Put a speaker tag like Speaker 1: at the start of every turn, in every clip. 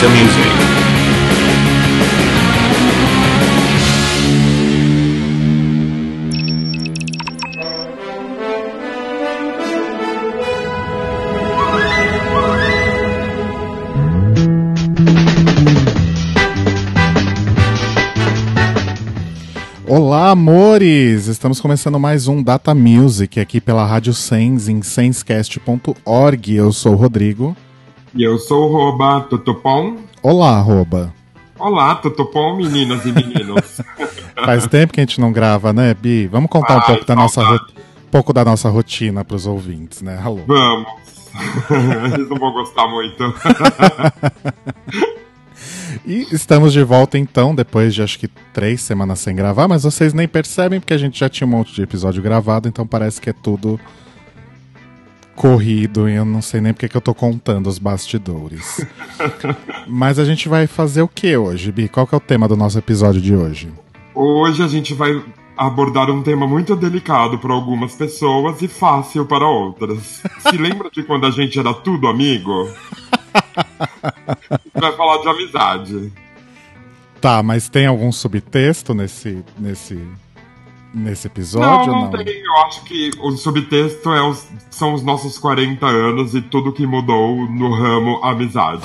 Speaker 1: Data Music.
Speaker 2: Olá, amores! Estamos começando mais um Data Music aqui pela Rádio Sens em senscast.org. Eu sou o Rodrigo.
Speaker 3: E eu sou o Roba Tutupom.
Speaker 2: Olá, Roba.
Speaker 3: Olá, Tutupom, meninas e meninos.
Speaker 2: Faz tempo que a gente não grava, né, Bi? Vamos contar um pouco da nossa rotina para os ouvintes, né? Alô.
Speaker 3: Vamos. Eles não vão gostar muito.
Speaker 2: E estamos de volta então, depois de acho que 3 semanas sem gravar, mas vocês nem percebem porque a gente já tinha um monte de episódio gravado, então parece que é tudo corrido e eu não sei nem porque que eu tô contando os bastidores. Mas a gente vai fazer o que hoje, Bi? Qual que é o tema do nosso episódio de hoje?
Speaker 3: Hoje a gente vai abordar um tema muito delicado para algumas pessoas e fácil para outras. Se lembra de quando a gente era tudo amigo? Vai falar de amizade.
Speaker 2: Tá, mas tem algum subtexto nesse episódio?
Speaker 3: Não tem. Eu acho que o subtexto são os nossos 40 anos e tudo que mudou no ramo amizade.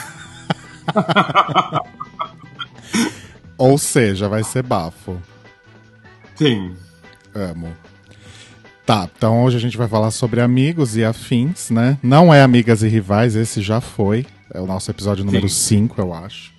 Speaker 2: Ou seja, vai ser bafo.
Speaker 3: Sim.
Speaker 2: Amo. Tá, então hoje a gente vai falar sobre amigos e afins, né? Não é Amigas e Rivais, esse já foi. É o nosso episódio número 5, eu acho.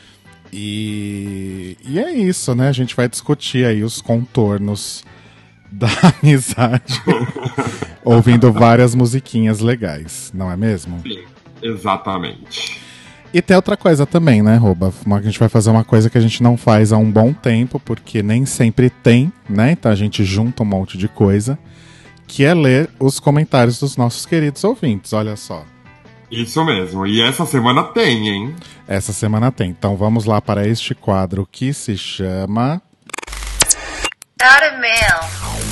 Speaker 2: E é isso, né? A gente vai discutir aí os contornos da amizade, ouvindo várias musiquinhas legais, não é mesmo?
Speaker 3: Sim, exatamente.
Speaker 2: E tem outra coisa também, né, Roba? A gente vai fazer uma coisa que a gente não faz há um bom tempo, porque nem sempre tem, né? Então a gente junta um monte de coisa, que é ler os comentários dos nossos queridos ouvintes, olha só.
Speaker 3: Isso mesmo, e essa semana tem, hein?
Speaker 2: Essa semana tem, então vamos lá para este quadro que se chama...
Speaker 4: Data Mail.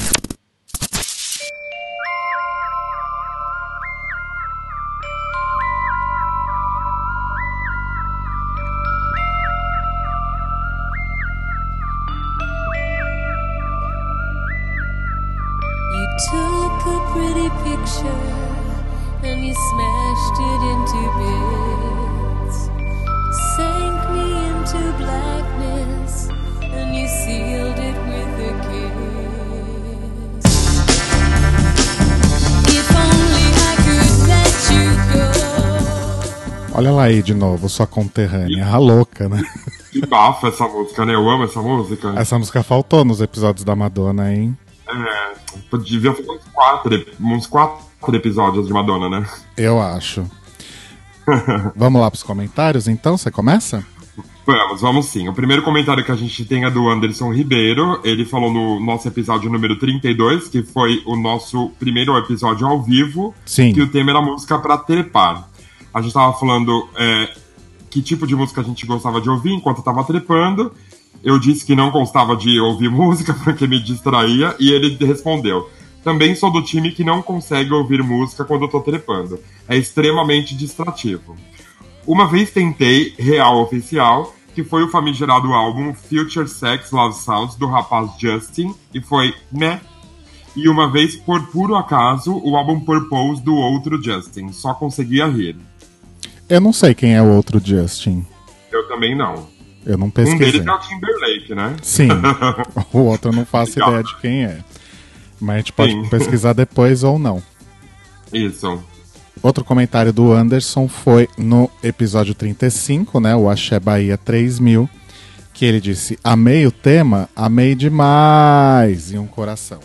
Speaker 5: Took a pretty picture and you smashed it into bits. Sank me into blackness and you sealed it with a kiss. If only I could let you go.
Speaker 2: Olha lá aí de novo, sua conterrânea, a louca, né?
Speaker 3: Que bafo essa música, né? Eu amo essa música.
Speaker 2: Essa música faltou nos episódios da Madonna, hein?
Speaker 3: Devia fazer uns quatro episódios de Madonna, né?
Speaker 2: Eu acho. Vamos lá pros comentários, então? Você começa?
Speaker 3: Vamos sim. O primeiro comentário que a gente tem é do Anderson Ribeiro. Ele falou no nosso episódio número 32, que foi o nosso primeiro episódio ao vivo.
Speaker 2: Sim.
Speaker 3: Que o tema era música pra trepar. A gente tava falando que tipo de música a gente gostava de ouvir enquanto tava trepando. Eu disse que não gostava de ouvir música porque me distraía, e ele respondeu: também sou do time que não consegue ouvir música quando eu tô trepando. É extremamente distrativo. Uma vez tentei, real oficial, que foi o famigerado álbum Future Sex Love Sounds do rapaz Justin, e foi meh. E uma vez, por puro acaso, o álbum Purpose do outro Justin. Só conseguia rir.
Speaker 2: Eu não sei quem é o outro Justin.
Speaker 3: Eu também não.
Speaker 2: Eu não pesquisei.
Speaker 3: Um deles é o Timberlake, né?
Speaker 2: Sim. O outro eu não faço ideia de quem é. Mas a gente pode pesquisar depois ou não.
Speaker 3: Isso.
Speaker 2: Outro comentário do Anderson foi no episódio 35, né? O Axé Bahia 3000. Que ele disse: amei o tema, amei demais. E um coração.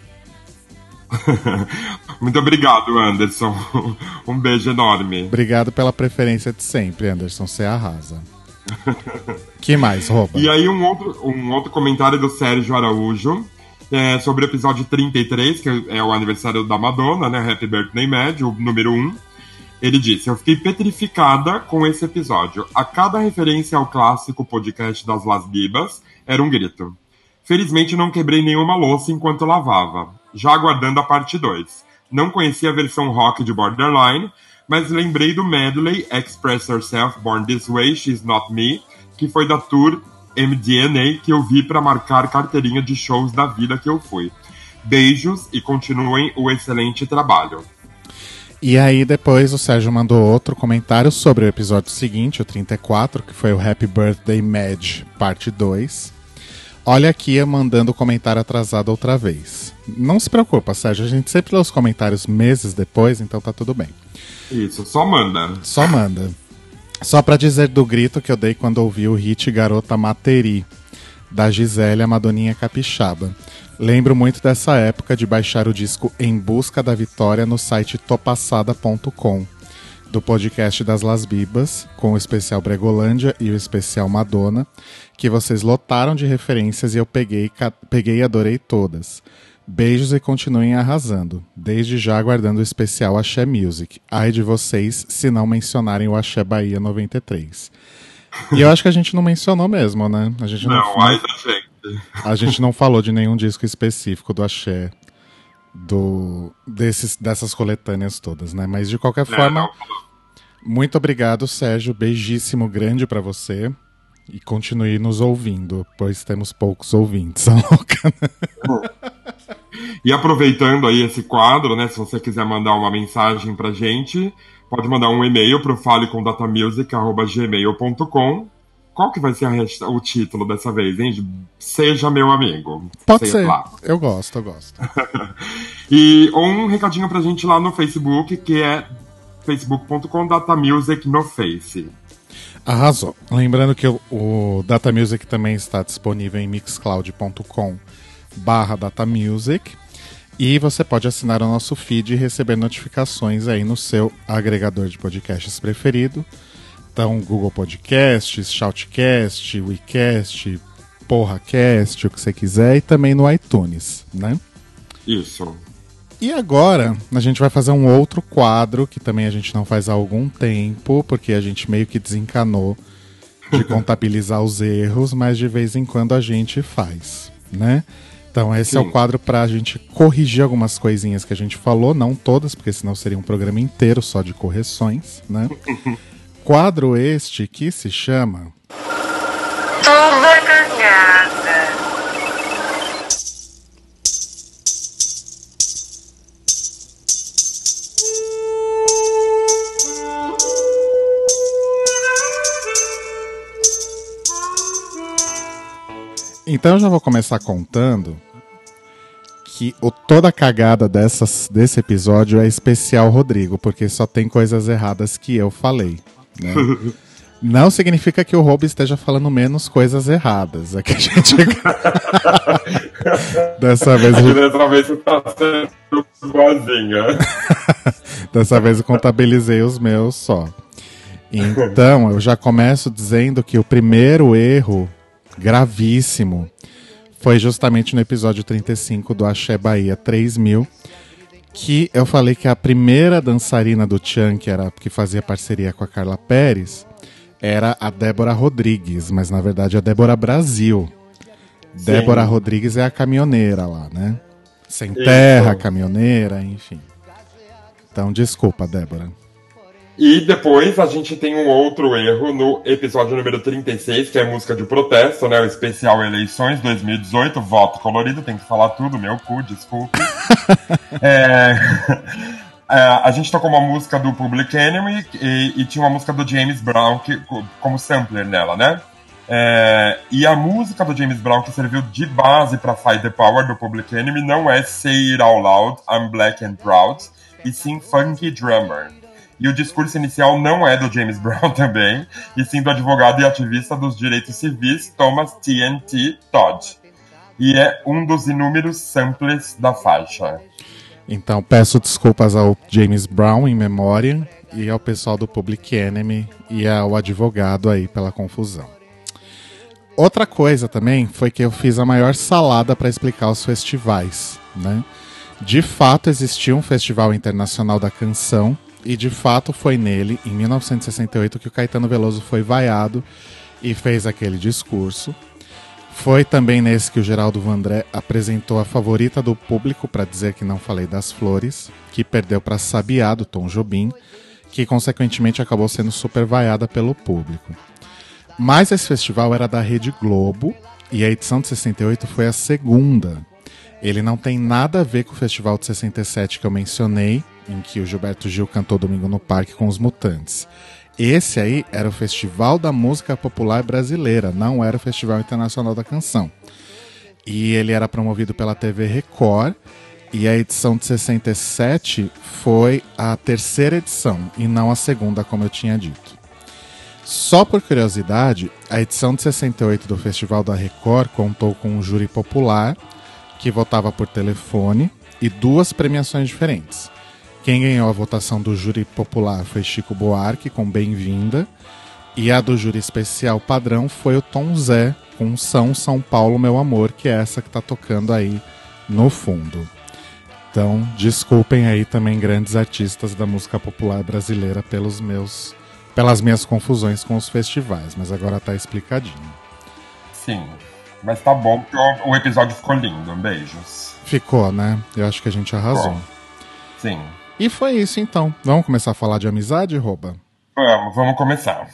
Speaker 3: Muito obrigado, Anderson. Um beijo enorme.
Speaker 2: Obrigado pela preferência de sempre, Anderson. Você arrasa. Que mais, Roba?
Speaker 3: E aí um outro comentário do Sérgio Araújo sobre o episódio 33, que é o aniversário da Madonna, né? Happy Birthday Mad, o número 1. Ele disse: eu fiquei petrificada com esse episódio. A cada referência ao clássico podcast das Las Bibas era um grito. Felizmente não quebrei nenhuma louça enquanto lavava. Já aguardando a parte 2. Não conhecia a versão rock de Borderline, Mas lembrei do medley Express Yourself, Born This Way, She's Not Me, que foi da tour MDNA que eu vi para marcar carteirinha de shows da vida que eu fui. Beijos e continuem o excelente trabalho.
Speaker 2: E aí depois o Sérgio mandou outro comentário sobre o episódio seguinte, o 34, que foi o Happy Birthday Madge, parte 2. Olha aqui eu mandando o comentário atrasado outra vez. Não se preocupa, Sérgio, a gente sempre lê os comentários meses depois, então tá tudo bem.
Speaker 3: Isso, só manda.
Speaker 2: Só manda. Só pra dizer do grito que eu dei quando ouvi o hit Garota Materi, da Gisele, a Madoninha Capixaba. Lembro muito dessa época de baixar o disco Em Busca da Vitória no site topassada.com, do podcast das Las Bibas, com o especial Bregolândia e o especial Madonna, que vocês lotaram de referências e eu peguei e adorei todas. Beijos e continuem arrasando. Desde já aguardando o especial Axé Music. Ai de vocês se não mencionarem o Axé Bahia 93. E eu acho que a gente não mencionou mesmo, né? A gente
Speaker 3: Ai da gente.
Speaker 2: A gente não falou de nenhum disco específico do Axé, dessas coletâneas todas, né? Mas de qualquer forma, muito obrigado, Sérgio. Beijíssimo grande pra você. E continue nos ouvindo, pois temos poucos ouvintes, a louca, né?
Speaker 3: E aproveitando aí esse quadro, né? Se você quiser mandar uma mensagem pra gente, pode mandar um e-mail pro falecomdatamusic@gmail.com. Qual que vai ser o título dessa vez, hein? Seja meu amigo.
Speaker 2: Pode ser. Lá. Eu gosto.
Speaker 3: E um recadinho pra gente lá no Facebook, que é facebook.com/datamusic no Face.
Speaker 2: Arrasou. Lembrando que o Data Music também está disponível em mixcloud.com/datamusic. E você pode assinar o nosso feed e receber notificações aí no seu agregador de podcasts preferido. Então, Google Podcasts, Shoutcast, WeCast, PorraCast, o que você quiser, e também no iTunes, né?
Speaker 3: Isso.
Speaker 2: E agora, a gente vai fazer um outro quadro, que também a gente não faz há algum tempo, porque a gente meio que desencanou de contabilizar os erros, mas de vez em quando a gente faz, né? Então, esse é o quadro pra gente corrigir algumas coisinhas que a gente falou, não todas, porque senão seria um programa inteiro só de correções, né? Quadro este que se chama
Speaker 4: Toma cagada.
Speaker 2: Então eu já vou começar contando que toda a cagada desse episódio é especial Rodrigo, porque só tem coisas erradas que eu falei, né? Não significa que o Rob esteja falando menos coisas erradas. É que a gente... Dessa vez
Speaker 3: você tá sendo boazinha.
Speaker 2: Dessa vez eu contabilizei os meus só. Então, eu já começo dizendo que o primeiro erro gravíssimo foi justamente no episódio 35 do Axé Bahia 3000, que eu falei que a primeira dançarina do Tchan, que fazia parceria com a Carla Pérez, era a Débora Rodrigues, mas na verdade é a Débora Brasil. Sim. Débora Rodrigues é a caminhoneira lá, né? Sem terra, caminhoneira, enfim. Então, desculpa, Débora.
Speaker 3: E depois a gente tem um outro erro no episódio número 36, que é a música de protesto, né? O especial Eleições 2018, voto colorido, tem que falar tudo, meu cu, desculpe. A gente tocou uma música do Public Enemy e tinha uma música do James Brown como sampler nela, né? E a música do James Brown que serviu de base para Fight the Power do Public Enemy não é Say It Out Loud, I'm Black and Proud, e sim Funky Drummer. E o discurso inicial não é do James Brown também, e sim do advogado e ativista dos direitos civis Thomas T.N.T. Todd. E é um dos inúmeros samples da faixa.
Speaker 2: Então peço desculpas ao James Brown em memória e ao pessoal do Public Enemy e ao advogado aí pela confusão. Outra coisa também foi que eu fiz a maior salada para explicar os festivais, né? De fato existia um Festival Internacional da Canção e de fato foi nele, em 1968, que o Caetano Veloso foi vaiado e fez aquele discurso. Foi também nesse que o Geraldo Vandré apresentou a favorita do público, para dizer que não falei das flores, que perdeu para Sabiá, do Tom Jobim, que consequentemente acabou sendo super vaiada pelo público. Mas esse festival era da Rede Globo e a edição de 68 foi a segunda. Ele não tem nada a ver com o festival de 67 que eu mencionei, em que o Gilberto Gil cantou Domingo no Parque com os Mutantes. Esse aí era o Festival da Música Popular Brasileira, não era o Festival Internacional da Canção. E ele era promovido pela TV Record, e a edição de 67 foi a terceira edição, e não a segunda, como eu tinha dito. Só por curiosidade, a edição de 68 do Festival da Record contou com um júri popular, que votava por telefone, e 2 premiações diferentes. Quem ganhou a votação do júri popular foi Chico Buarque, com Bem-vinda, e a do júri especial padrão foi o Tom Zé, com São Paulo, Meu Amor, que é essa que tá tocando aí no fundo. Então, desculpem aí também grandes artistas da música popular brasileira pelas minhas confusões com os festivais, mas agora tá explicadinho.
Speaker 3: Sim, mas tá bom, porque o episódio ficou lindo. Beijos.
Speaker 2: Ficou, né? Eu acho que a gente arrasou.
Speaker 3: Bom, sim.
Speaker 2: E foi isso, então. Vamos começar a falar de amizade, Roba?
Speaker 3: Vamos começar.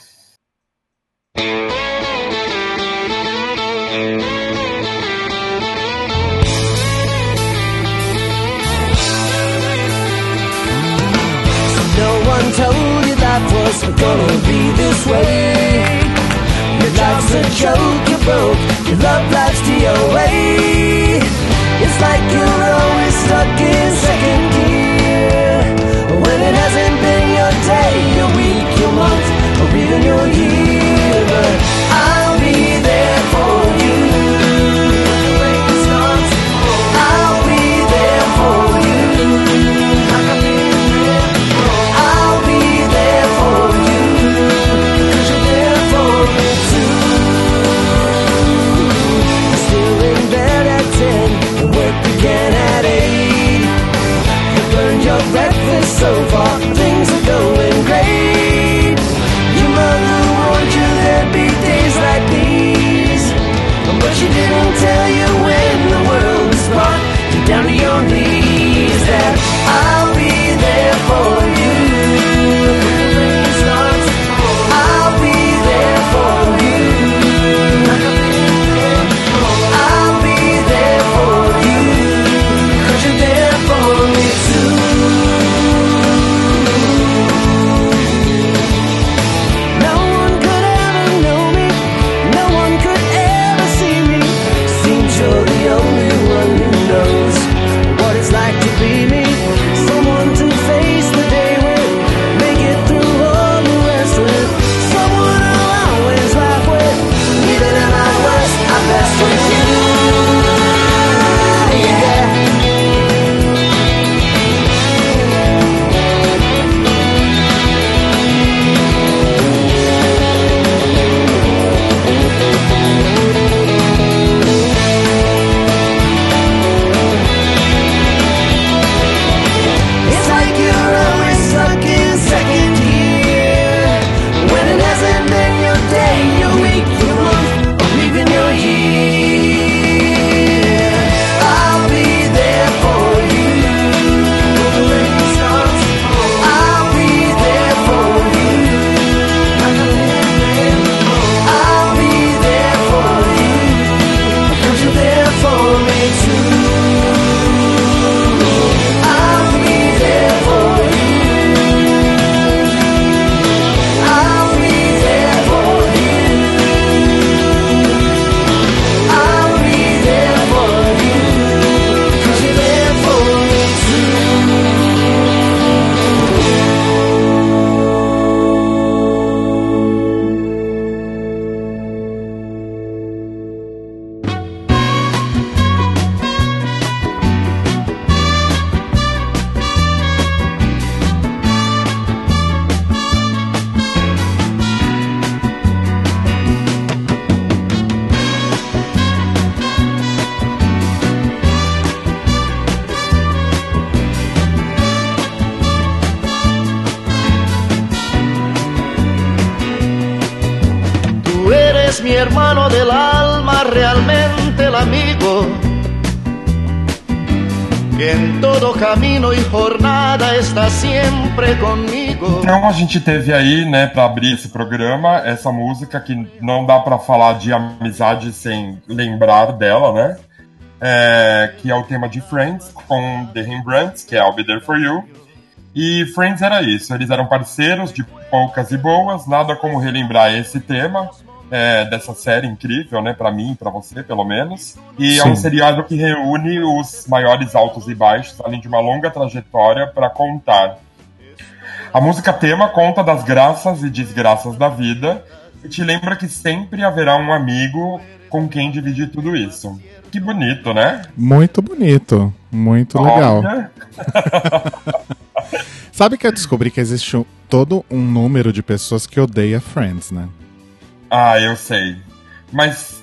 Speaker 1: No one told you life was gonna be this way. Your life's a joke, you broke. Your love life's DOA. It's like you're always stuck in second gear, when it hasn't been your day, your week, your month, or even your year. But I'll be there for you. When the rain starts to fall, I'll be there for you. I'll be there for you, 'cause you're there for me too. You're still in bed at 10, and work began at 8. You burned your breakfast so far, things are going great. Your mother warned you there'd be days like these, but she didn't tell you when the world was brought you down to your knees. That I'll be there for you. When the rain starts to fall, I'll be there for you. I'll be there for you, 'cause you're there for me too. No one could ever know me, no one could ever see me. Seems you're the only one who knows what it's like to be me. Someone to face the day with, make it through all the rest with. Someone I'll always laugh with, even at my worst, I'm best with you. Yeah. It's like you're always stuck in second gear, when it hasn't been your day, your week, your month, or even your year. I'll be there for you. When the rain starts to fall, I'll be there for you. I'll be there for you, 'cause you're there for me too. I'll be there for you. I'll be there for you. I'll be there for you, 'cause you're there for me too.
Speaker 6: Tú eres mi hermano del alma, realmente el amigo que en todo camino y jornada está siempre conmigo.
Speaker 3: Então a gente teve aí, né, pra abrir esse programa, essa música que não dá pra falar de amizade sem lembrar dela, né? Que é o tema de Friends, com The Rembrandts, que é I'll Be There For You. E Friends era isso, eles eram parceiros de poucas e boas, nada como relembrar esse tema dessa série incrível, né, pra mim, pra você, pelo menos. E é um seriado que reúne os maiores altos e baixos, além de uma longa trajetória pra contar. A música tema conta das graças e desgraças da vida e te lembra que sempre haverá um amigo com quem dividir tudo isso. Que bonito, né?
Speaker 2: Muito bonito, muito legal. Sabe que eu descobri que existe todo um número de pessoas que odeia Friends, né?
Speaker 3: Ah, eu sei. Mas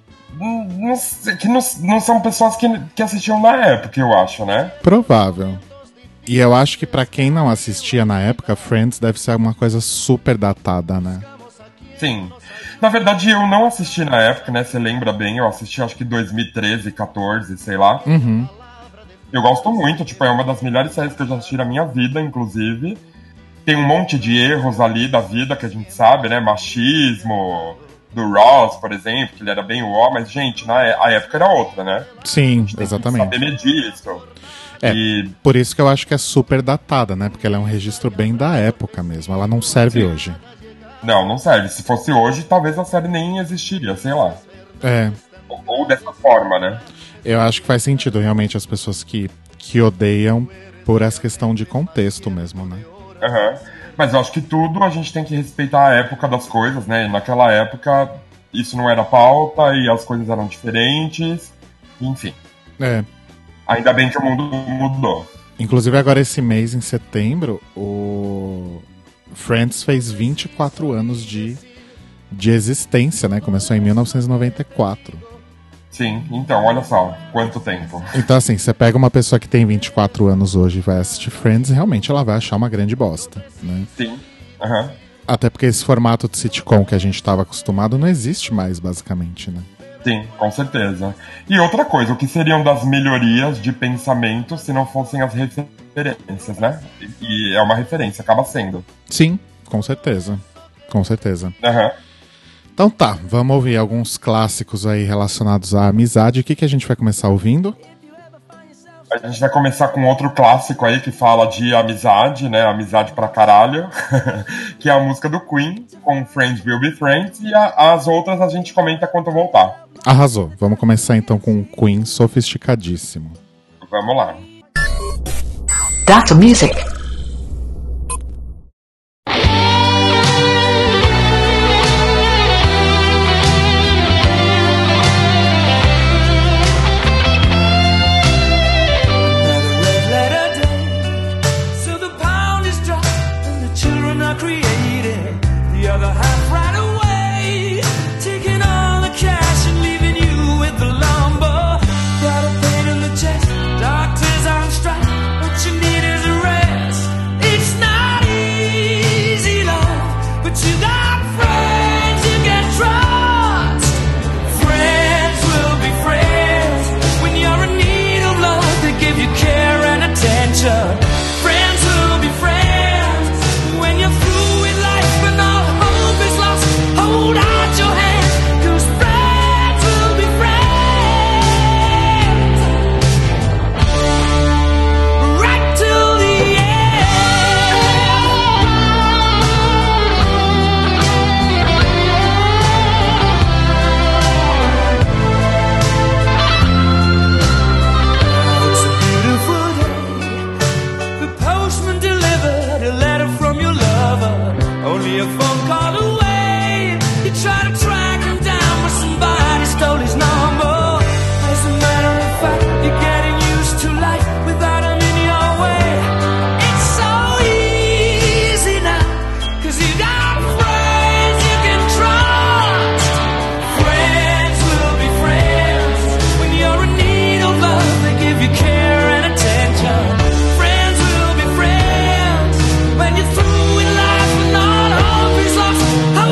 Speaker 3: não são pessoas que assistiam na época, eu acho, né?
Speaker 2: Provável. E eu acho que pra quem não assistia na época, Friends deve ser uma coisa super datada, né?
Speaker 3: Sim. Na verdade, eu não assisti na época, né? Você lembra bem, eu assisti acho que 2013, 14, sei lá.
Speaker 2: Uhum.
Speaker 3: Eu gosto muito, tipo, é uma das melhores séries que eu já assisti na minha vida, inclusive. Tem um monte de erros ali da vida que a gente sabe, né? Machismo, do Ross, por exemplo, que ele era bem o mas, gente, a época era outra, né?
Speaker 2: Sim,
Speaker 3: a gente
Speaker 2: exatamente.
Speaker 3: tem que saber medir isso.
Speaker 2: Por isso que eu acho que é super datada, né? Porque ela é um registro bem da época mesmo. Ela não serve hoje.
Speaker 3: Não serve. Se fosse hoje, talvez a série nem existiria, sei lá. Ou dessa forma, né?
Speaker 2: Eu acho que faz sentido, realmente, as pessoas que odeiam por essa questão de contexto mesmo, né?
Speaker 3: Uhum. Mas eu acho que tudo a gente tem que respeitar a época das coisas, né? E naquela época, isso não era pauta e as coisas eram diferentes. Enfim. Ainda bem que o mundo mudou.
Speaker 2: Inclusive, agora esse mês, em setembro, o Friends fez 24 anos de existência, né? Começou em 1994.
Speaker 3: Sim, então, olha só, quanto tempo.
Speaker 2: Então, assim, você pega uma pessoa que tem 24 anos hoje e vai assistir Friends, realmente ela vai achar uma grande bosta, né?
Speaker 3: Sim, aham.
Speaker 2: Até porque esse formato de sitcom que a gente estava acostumado não existe mais, basicamente, né?
Speaker 3: Sim, com certeza. E outra coisa, o que seriam das melhorias de pensamento se não fossem as referências, né? E é uma referência, acaba sendo.
Speaker 2: Sim, com certeza. Com certeza.
Speaker 3: Aham.
Speaker 2: Então tá, vamos ouvir alguns clássicos aí relacionados à amizade. O que a gente vai começar ouvindo?
Speaker 3: A gente vai começar com outro clássico aí que fala de amizade, né? Amizade pra caralho. Que é a música do Queen, com Friends Will Be Friends. E as outras a gente comenta quando voltar.
Speaker 2: Arrasou. Vamos começar então com o Queen Sofisticadíssimo.
Speaker 3: Vamos lá.
Speaker 7: That's music.
Speaker 8: Doctors on strike, what you need is a rest. Oh,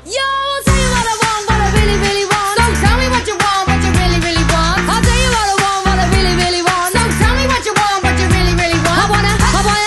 Speaker 5: Yo, I'll tell you what I want, what I really, really want. So tell me what you want, what you really, really want. I'll tell you what I want, what I really, really want. So tell me what you want, what you really, really want. I wanna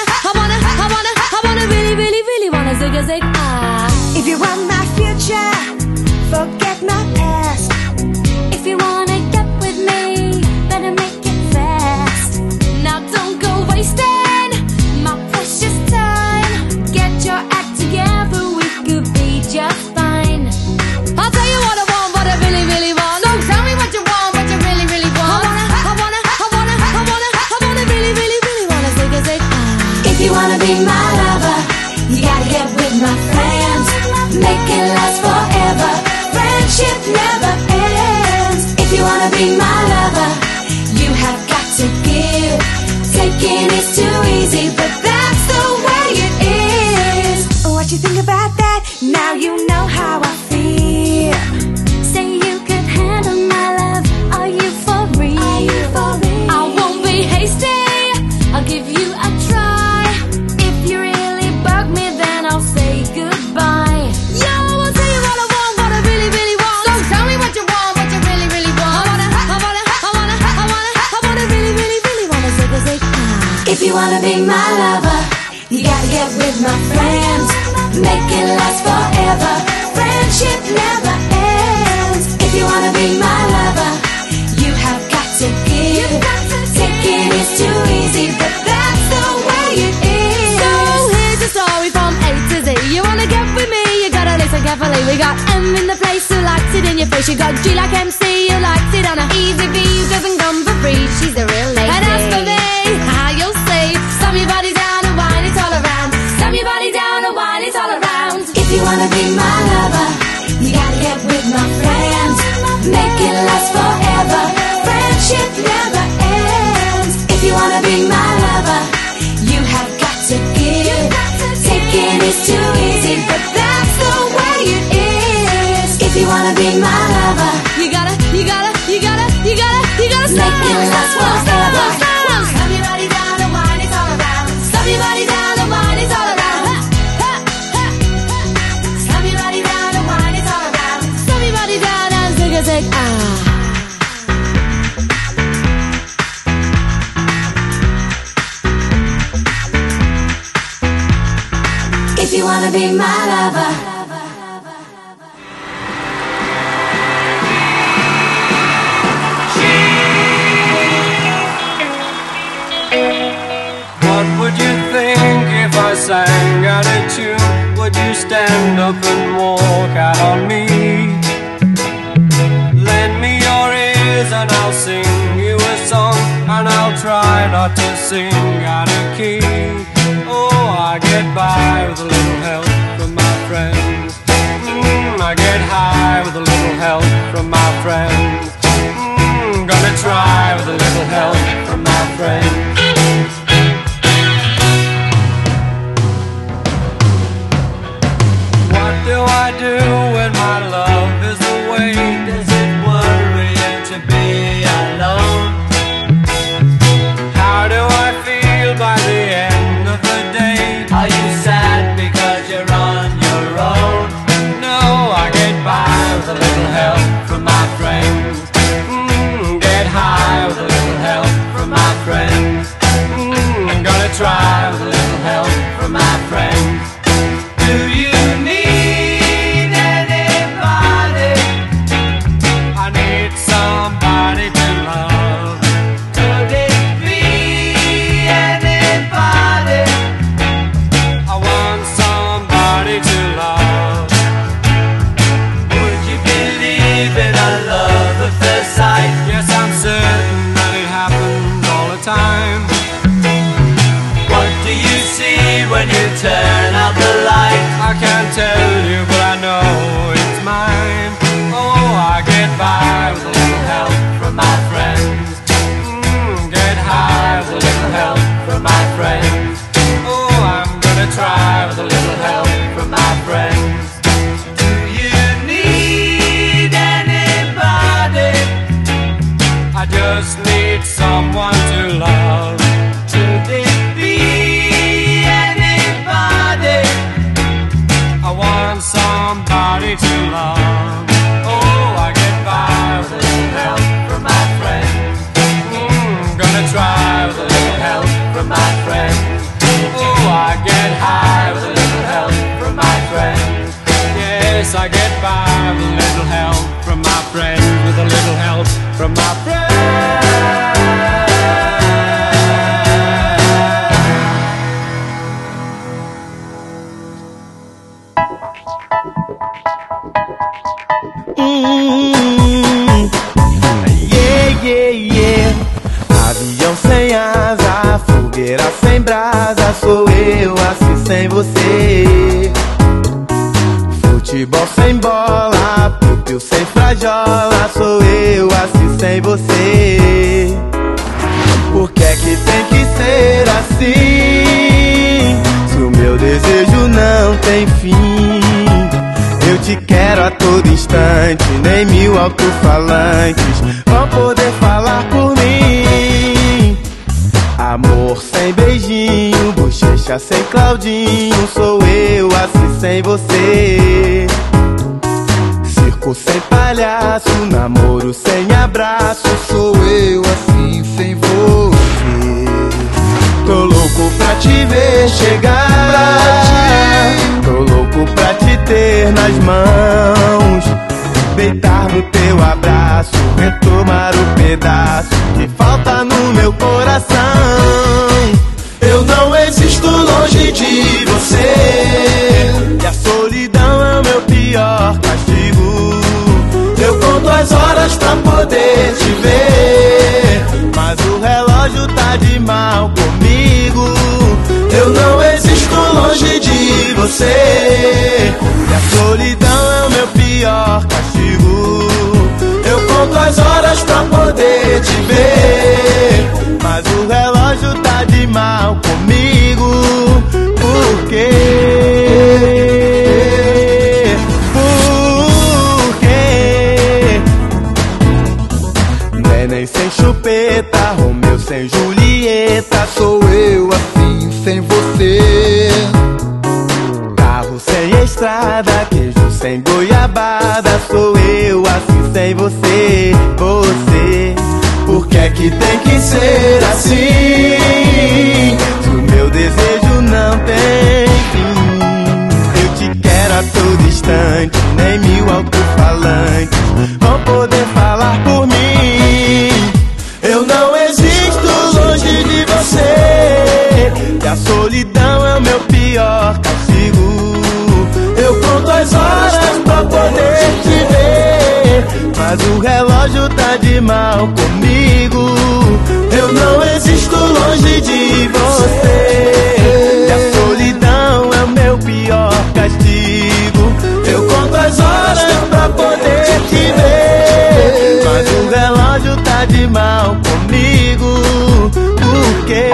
Speaker 5: really, really, really wanna zig a zig ah.
Speaker 9: If you want my future, forget my past.
Speaker 5: If you wanna get with me, better make it fast. Now don't go wasting my precious time. Get your act together, we could be just fine. I'll tell you what I want, what I really, really want. So tell me what you want, what you really, really want. I wanna really, really, really wanna zig a zig ah.
Speaker 9: If you wanna be my lover, you gotta get with my friends. Make it last forever. Friendship never ends. If you wanna be my lover, you have got to give. Taking is too easy, but that's the way it is. What you think about that? Now you know how I feel.
Speaker 5: Say you could handle my love. Are you for real?
Speaker 9: Are you for real?
Speaker 5: I won't be hasty. I'll give you a try. If you really bug me, then I'll say goodbye. Yo, I'll tell you what I want, what I really, really want. So tell me what you want, what you really, really want. I wanna really, really, really wanna zig a zig ah.
Speaker 9: If you wanna be my lover, you gotta get with my friends. Make it last forever. Friendship never ends. If you wanna be my lover, you have got to give. Taking is too easy, but that's the way it is.
Speaker 5: So here's a story from A to Z. You wanna get with me, you gotta listen carefully. We got M in the place who likes it in your face. You got G like MC who likes it on a easy V who doesn't come for free. She's a real lady. And as for me, how you'll see, slam your body down and whine it all around. Slam your body down and whine it all around.
Speaker 9: If you wanna be my lover, you gotta get with my friends. Make it last forever. Friendship never ends. If you wanna be my lover, you have got to give. Taking is too easy, but that's the way it is. If you wanna be my lover,
Speaker 5: You gotta
Speaker 9: make it last forever.
Speaker 5: Slam your body down and whine it all around. Slam your body down and whine it all around. Slam your body down and whine it all around. Slam your body down and zig a zig ah.
Speaker 9: If you wanna be my lover.
Speaker 10: What would you think if I sang out a tune? Would you stand up and walk out on me? Lend me your ears and I'll sing you a song, and I'll try not to sing out of key. Oh, I get by with a little help from my friends. I get high with a little help from my friends. Gonna try with a little help from my friends. What do I do when my love is away? Does it worry you to be alone? How do I feel by the end of the day? Are you sad because you're on your own? No, I get by with a little help from my friends. Get high with a little help from my friends. I'm gonna try with a little help from my friends. Do you need guess I get by with a little help from my friends, with a little help from my friends.
Speaker 6: Yeah, yeah, yeah. Avião sem asa, fogueira sem brasa, sou eu assim sem você. Futebol sem bola, piu-piu sem frajola, sou eu assim sem você. Por que é que tem que ser assim? Se o meu desejo não tem fim. Eu te quero a todo instante, nem 1000 alto-falantes vão poder falar por mim. Amor sem beijinho, bochecha sem Claudinho, sou eu assim sem você. Circo sem palhaço, namoro sem abraço, sou eu assim sem você. Tô louco pra te ver chegar, tô louco pra te ter nas mãos, deitar no teu abraço, retomar o pedaço que falta no meu coração. Eu não existo longe de você, e a solidão é o meu pior castigo. Eu conto as horas pra poder te ver, mas o relógio tá de mal comigo. Eu não existo longe de você, e a solidão é o meu pior castigo. Eu conto as horas pra poder te ver, mas o relógio tá de mal comigo. Por quê? Por quê? Neném sem chupeta, Romeu sem Julieta, sou eu assim sem você. Carro sem estrada, queijo sem goiabada, sou eu assim sem você. Você, por que é que tem que ser assim? Se o meu desejo não tem fim. Eu te quero a todo instante, nem 1000 alto-falantes vão poder falar por mim. Eu não existo longe de você, e a solidão é o meu pior castigo. Eu conto as horas pra poder te ver, mas o relógio tá de mal comigo. Eu não existo longe de você, e a solidão é o meu pior castigo. Eu conto as horas pra poder te ver, mas o relógio tá de mal comigo. Por quê,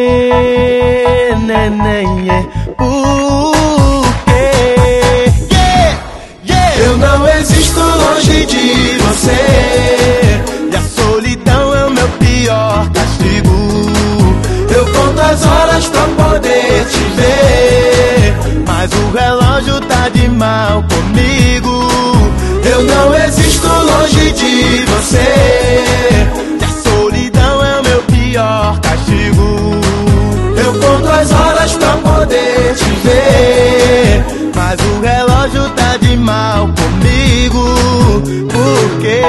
Speaker 6: neném? Por quê? Yeah, yeah. Eu não existo longe de você, e a solidão é o meu pior castigo. Eu conto as horas pra poder te ver, mas o relógio tá de mal comigo. Eu não existo longe de você, e a solidão é o meu pior castigo. Eu conto as horas pra poder te ver, mas o relógio tá de mal comigo. Por quê?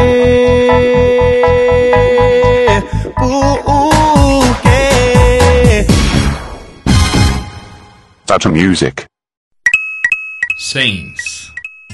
Speaker 6: Por quê?
Speaker 11: Data Music.
Speaker 12: Sings.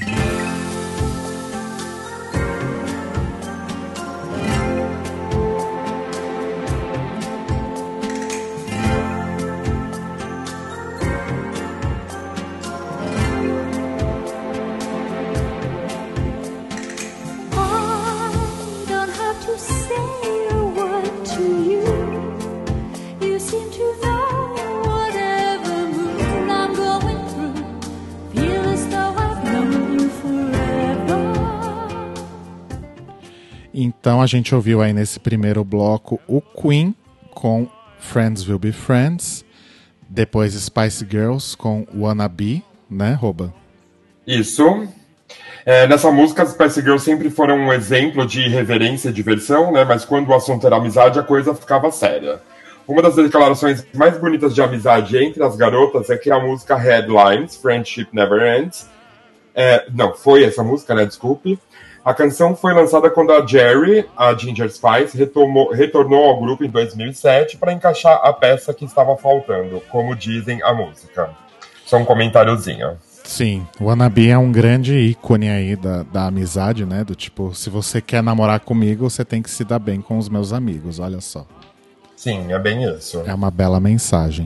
Speaker 2: Então a gente ouviu aí nesse primeiro bloco o Queen com Friends Will Be Friends, depois Spice Girls com Wanna Be, né, Roba?
Speaker 3: Isso. Nessa música, as Spice Girls sempre foram um exemplo de irreverência e diversão, né? Mas quando o assunto era amizade, a coisa ficava séria. Uma das declarações mais bonitas de amizade entre as garotas é que a música Headlines, Friendship Never Ends, Não, foi essa música, né? Desculpe. A canção foi lançada quando a Jerry, a Ginger Spice, retornou ao grupo em 2007 para encaixar a peça que estava faltando, como dizem a música. Só um comentáriozinho.
Speaker 2: Sim, o Wannabe é um grande ícone aí da amizade, né? Do tipo, se você quer namorar comigo, você tem que se dar bem com os meus amigos, olha só.
Speaker 3: Sim, é bem isso.
Speaker 2: É uma bela mensagem.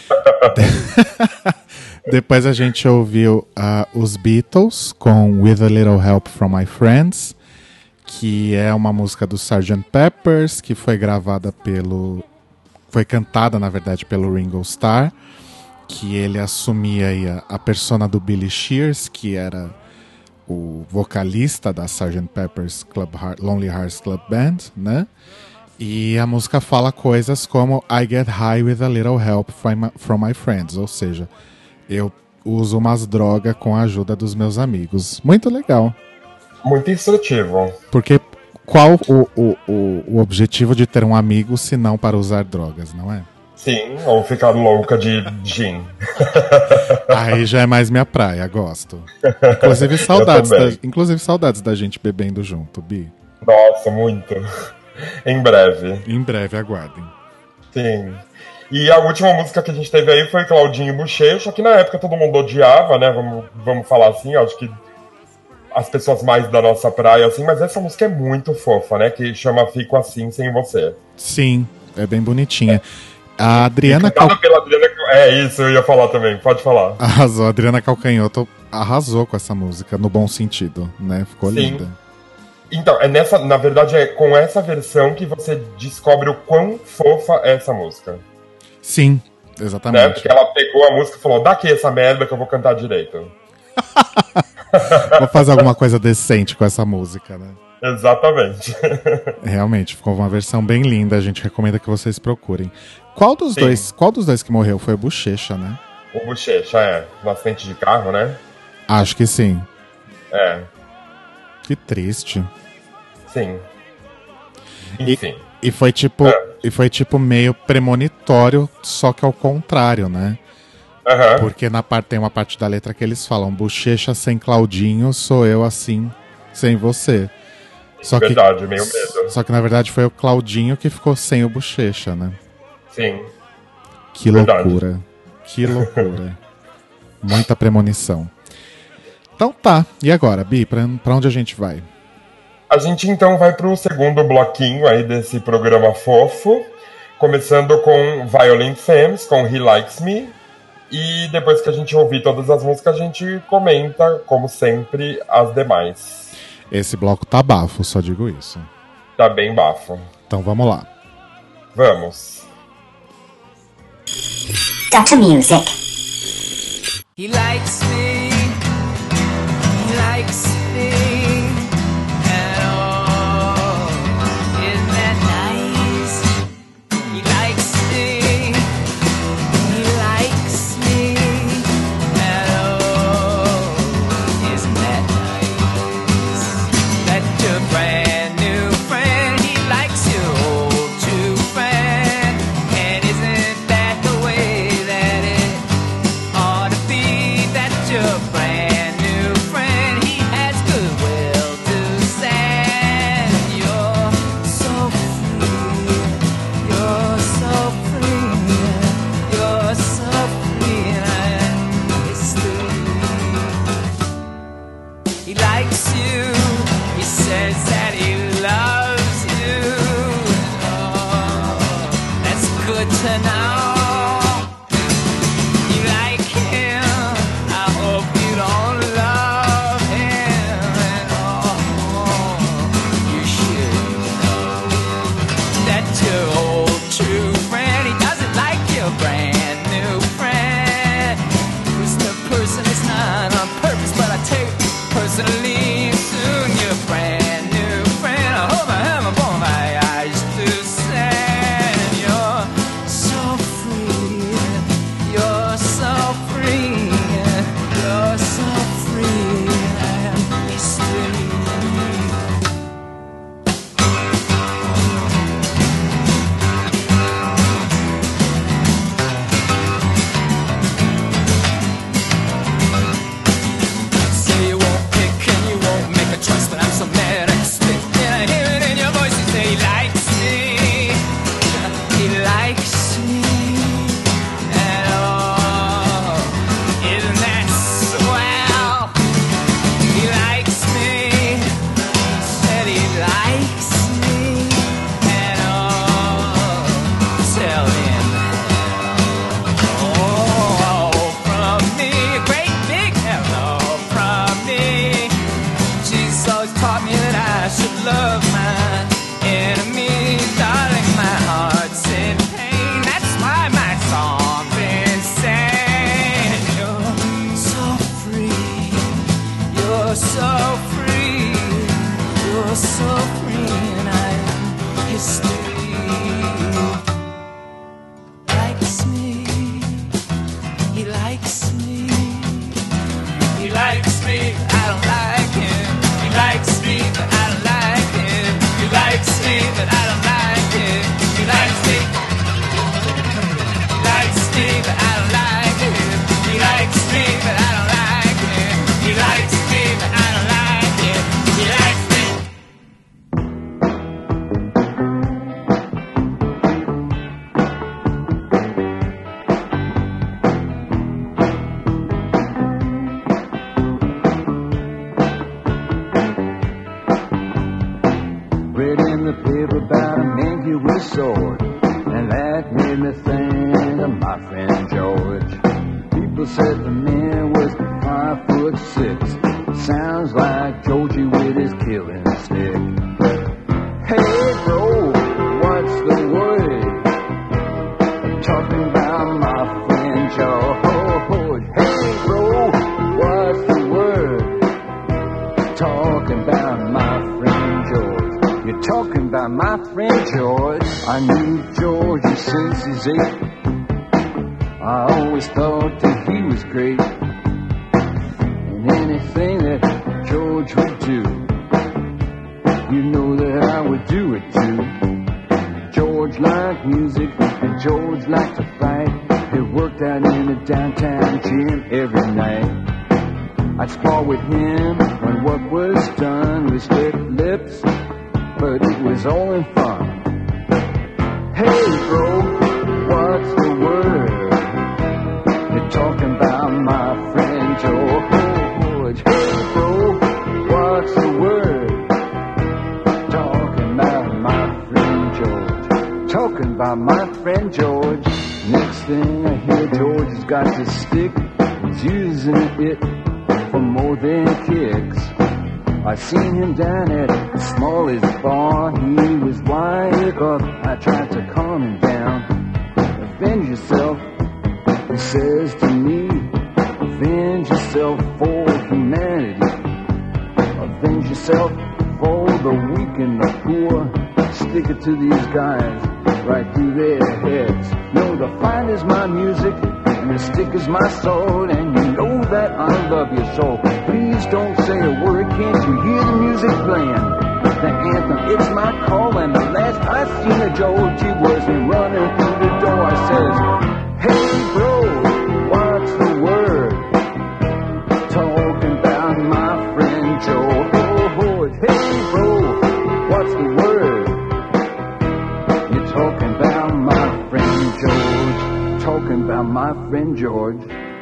Speaker 2: Depois a gente ouviu os Beatles com With a Little Help from My Friends, que é uma música do Sgt. Peppers, que foi gravada foi cantada, na verdade, pelo Ringo Starr, que ele assumia aí a persona do Billy Shears, que era o vocalista da Sgt. Pepper's Lonely Hearts Club Band, né? E a música fala coisas como I get high with a little help from my friends, ou seja, eu uso umas drogas com a ajuda dos meus amigos. Muito legal.
Speaker 3: Muito instrutivo.
Speaker 2: Porque qual o objetivo de ter um amigo se não para usar drogas, não é?
Speaker 3: Sim, ou ficar louca de gin.
Speaker 2: Aí já é mais minha praia, gosto. Inclusive saudades da gente bebendo junto, Bi.
Speaker 3: Nossa, muito. Em breve.
Speaker 2: Em breve, aguardem.
Speaker 3: Sim. E a última música que a gente teve aí foi Claudinho e Bochecha, que na época todo mundo odiava, né? Vamos falar assim, acho que as pessoas mais da nossa praia, assim, mas essa música é muito fofa, né? Que chama Fico Assim Sem Você.
Speaker 2: Sim, é bem bonitinha. A Adriana
Speaker 3: É isso, eu ia falar também, pode falar.
Speaker 2: Arrasou, a Adriana Calcanhoto arrasou com essa música, no bom sentido, né? Ficou
Speaker 3: Sim.
Speaker 2: linda.
Speaker 3: Então, na verdade, é com essa versão que você descobre o quão fofa é essa música.
Speaker 2: Sim, exatamente.
Speaker 3: Né? Porque ela pegou a música e falou, dá aqui essa merda que eu vou cantar direito.
Speaker 2: Vou fazer alguma coisa decente com essa música, né?
Speaker 3: Exatamente.
Speaker 2: Realmente, ficou uma versão bem linda, a gente recomenda que vocês procurem. Qual dos dois que morreu? Foi o Bochecha, né?
Speaker 3: O Bochecha, no acidente de carro, né?
Speaker 2: Acho que sim.
Speaker 3: É.
Speaker 2: Que triste.
Speaker 3: Sim. Enfim.
Speaker 2: E foi tipo meio premonitório, só que ao contrário, né?
Speaker 3: Uhum.
Speaker 2: Porque tem uma parte da letra que eles falam: Bochecha sem Claudinho, sou eu assim, sem você.
Speaker 3: Verdade, meio medo.
Speaker 2: Só que na verdade foi o Claudinho que ficou sem o Bochecha, né?
Speaker 3: Sim.
Speaker 2: Que loucura. Que loucura. Muita premonição. Então tá, e agora, Bi, pra onde a gente vai?
Speaker 3: A gente então vai pro segundo bloquinho aí desse programa fofo, começando com Violent Femmes, com He Likes Me, e depois que a gente ouvir todas as músicas, a gente comenta, como sempre, as demais.
Speaker 2: Esse bloco tá bafo, só digo isso.
Speaker 3: Tá bem bafo.
Speaker 2: Então vamos lá.
Speaker 3: Vamos.
Speaker 7: Dr. Music.
Speaker 8: He likes me. He likes me. And oh, isn't that nice? He likes me. He likes me. And oh, isn't that nice? That your brand new friend, he likes your old true friend. And isn't that the way that it ought to be? That your You're so free, you're so free, and I am history. Likes me, he likes me, he likes me, but I don't like him. He likes me, but I don't like him. He likes me, but I don't like him. He likes me, he likes me, but I don't like him. He likes me, but I don't like him. He likes me, but I don't like him. He likes me.
Speaker 6: Read in the paper about a man he with a sword, and that made me think of my friend George. People said the man was 5'6". Sounds like Georgie with his killing stick. Hey bro, what's the word? Talking about my friend George. Hey bro, what's the word? Talking about my friend George. You're talking about my friend George. I knew George since he's 8. I always thought that he was great, and anything that George would do, you know that I would do it too. George liked music and George liked to fight. He worked out in a downtown gym every night. I'd spar with him when work was done. We split lips, but it was all in fun. Hey bro, what's the word? You're talking about my friend George. Hey bro, what's the word? Talking about my friend George. Talking about my friend George. Next thing I hear, George has got this stick. He's using it for more than kicks. I seen him down at Smalley's bar. He was wired up. I tried to calm him down. Avenge yourself, he says to me. Avenge yourself for humanity. Avenge yourself for the weak and the poor. Stick it to these guys right through their heads. No, the fight is my music, and the stick is my soul, and you know that I love you so. Please don't say a word, can't you hear the music playing? The anthem, it's my call, and the last I seen of George, he wasn't running through the door. I says, hey bro, what's the word? Talking about my friend George. Hey bro, what's the word? You're talking about my friend George. Talking about my friend George.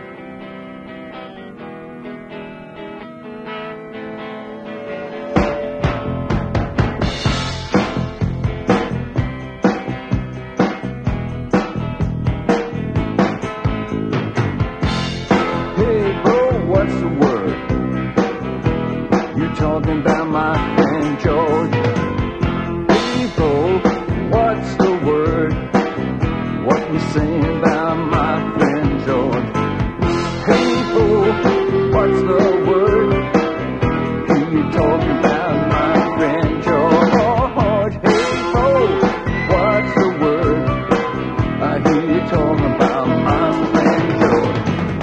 Speaker 6: Hey bro, what's the word? You talking about my friend George. Hey bro, what's the word? What you saying about my friend George? Hey bro, what's the word? Who you talking about my friend George? Hey bro, what's the word? I hear you talking about my friend George.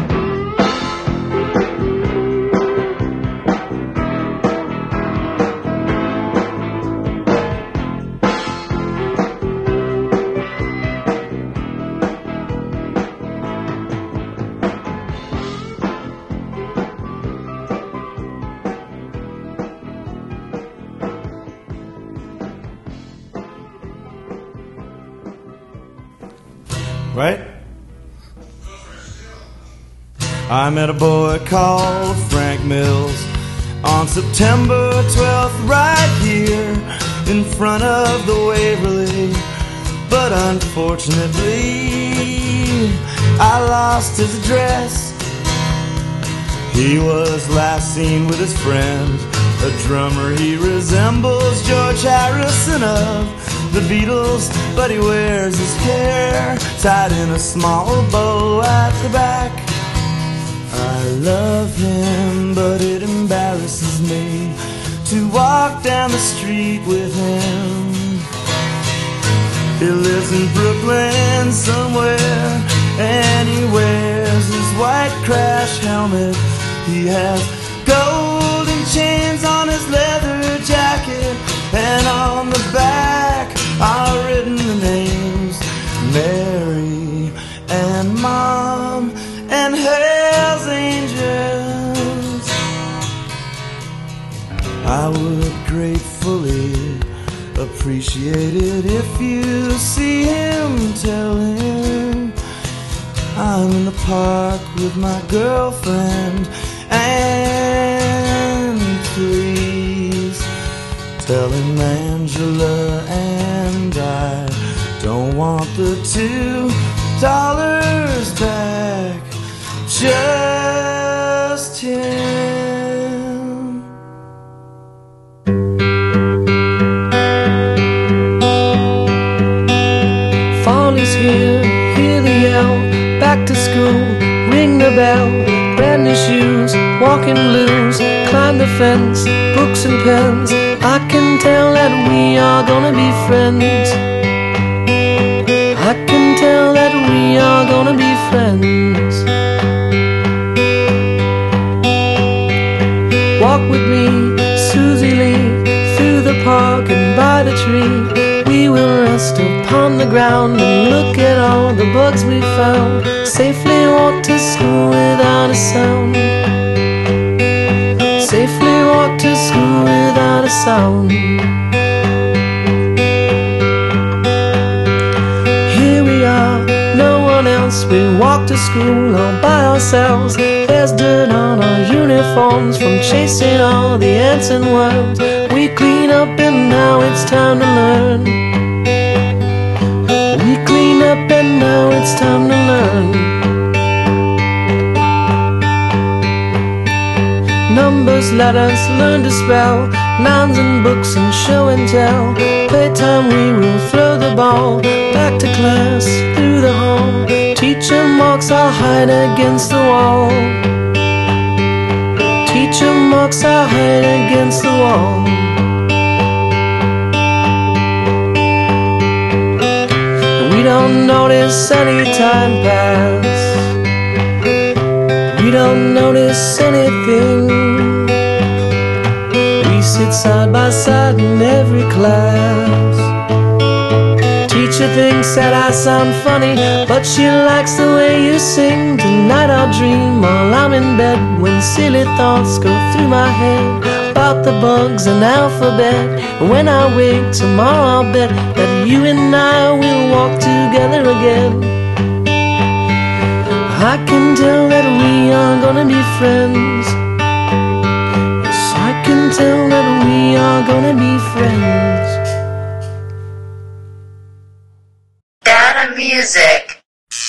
Speaker 10: Right? I met a boy called Frank Mills on September 12th right here in front of the Waverly. But unfortunately, I lost his address. He was last seen with his friend, a drummer he resembles George Harrison of the Beatles, but he wears his hair tied in a small bow at the back. I love him,
Speaker 1: but it embarrasses me to walk down the street with him. He lives in Brooklyn somewhere, and he wears his white crash helmet. He has golden chains on his leather jacket, and on the back are written the names Mary and Mom and Hell's Angels. I would gratefully appreciate it if you see him. Tell him I'm in the park with my girlfriend, and please tell him Angela and I don't want the $2 back, just him.
Speaker 11: Fall is here, hear the yell, back to school, ring the bell, brand new shoes, walking blues, climb the fence, books and pens. I can tell that we are gonna be friends. I can tell that we are gonna be friends. Walk with me, Susie Lee, through the park and by the tree. We will rest upon the ground and look at all the bugs we found. Safely walk to school without a sound. Safely walk to school without a sound. Here we are, no one else. We walk to school all by ourselves. There's dirt on our uniforms from chasing all the ants and worms. We clean up and now it's time to learn. We clean up and now it's time to learn. Numbers, letters, learn to spell, nouns and books and show and tell. Playtime we will throw the ball, back to class, through the hall. Teacher marks our hide against the wall. Teacher marks our hide against the wall. We don't notice any time pass. We don't notice anything. We sit side by side in every class. Teacher thinks that I sound funny, but she likes the way you sing. Tonight I'll dream while I'm in bed, when silly thoughts go through my head about the bugs and alphabet. And when I wake tomorrow I'll bet that you and I will walk together again. I can tell that we are gonna be friends. Yes, I can tell that we are gonna be friends.
Speaker 4: Data Music.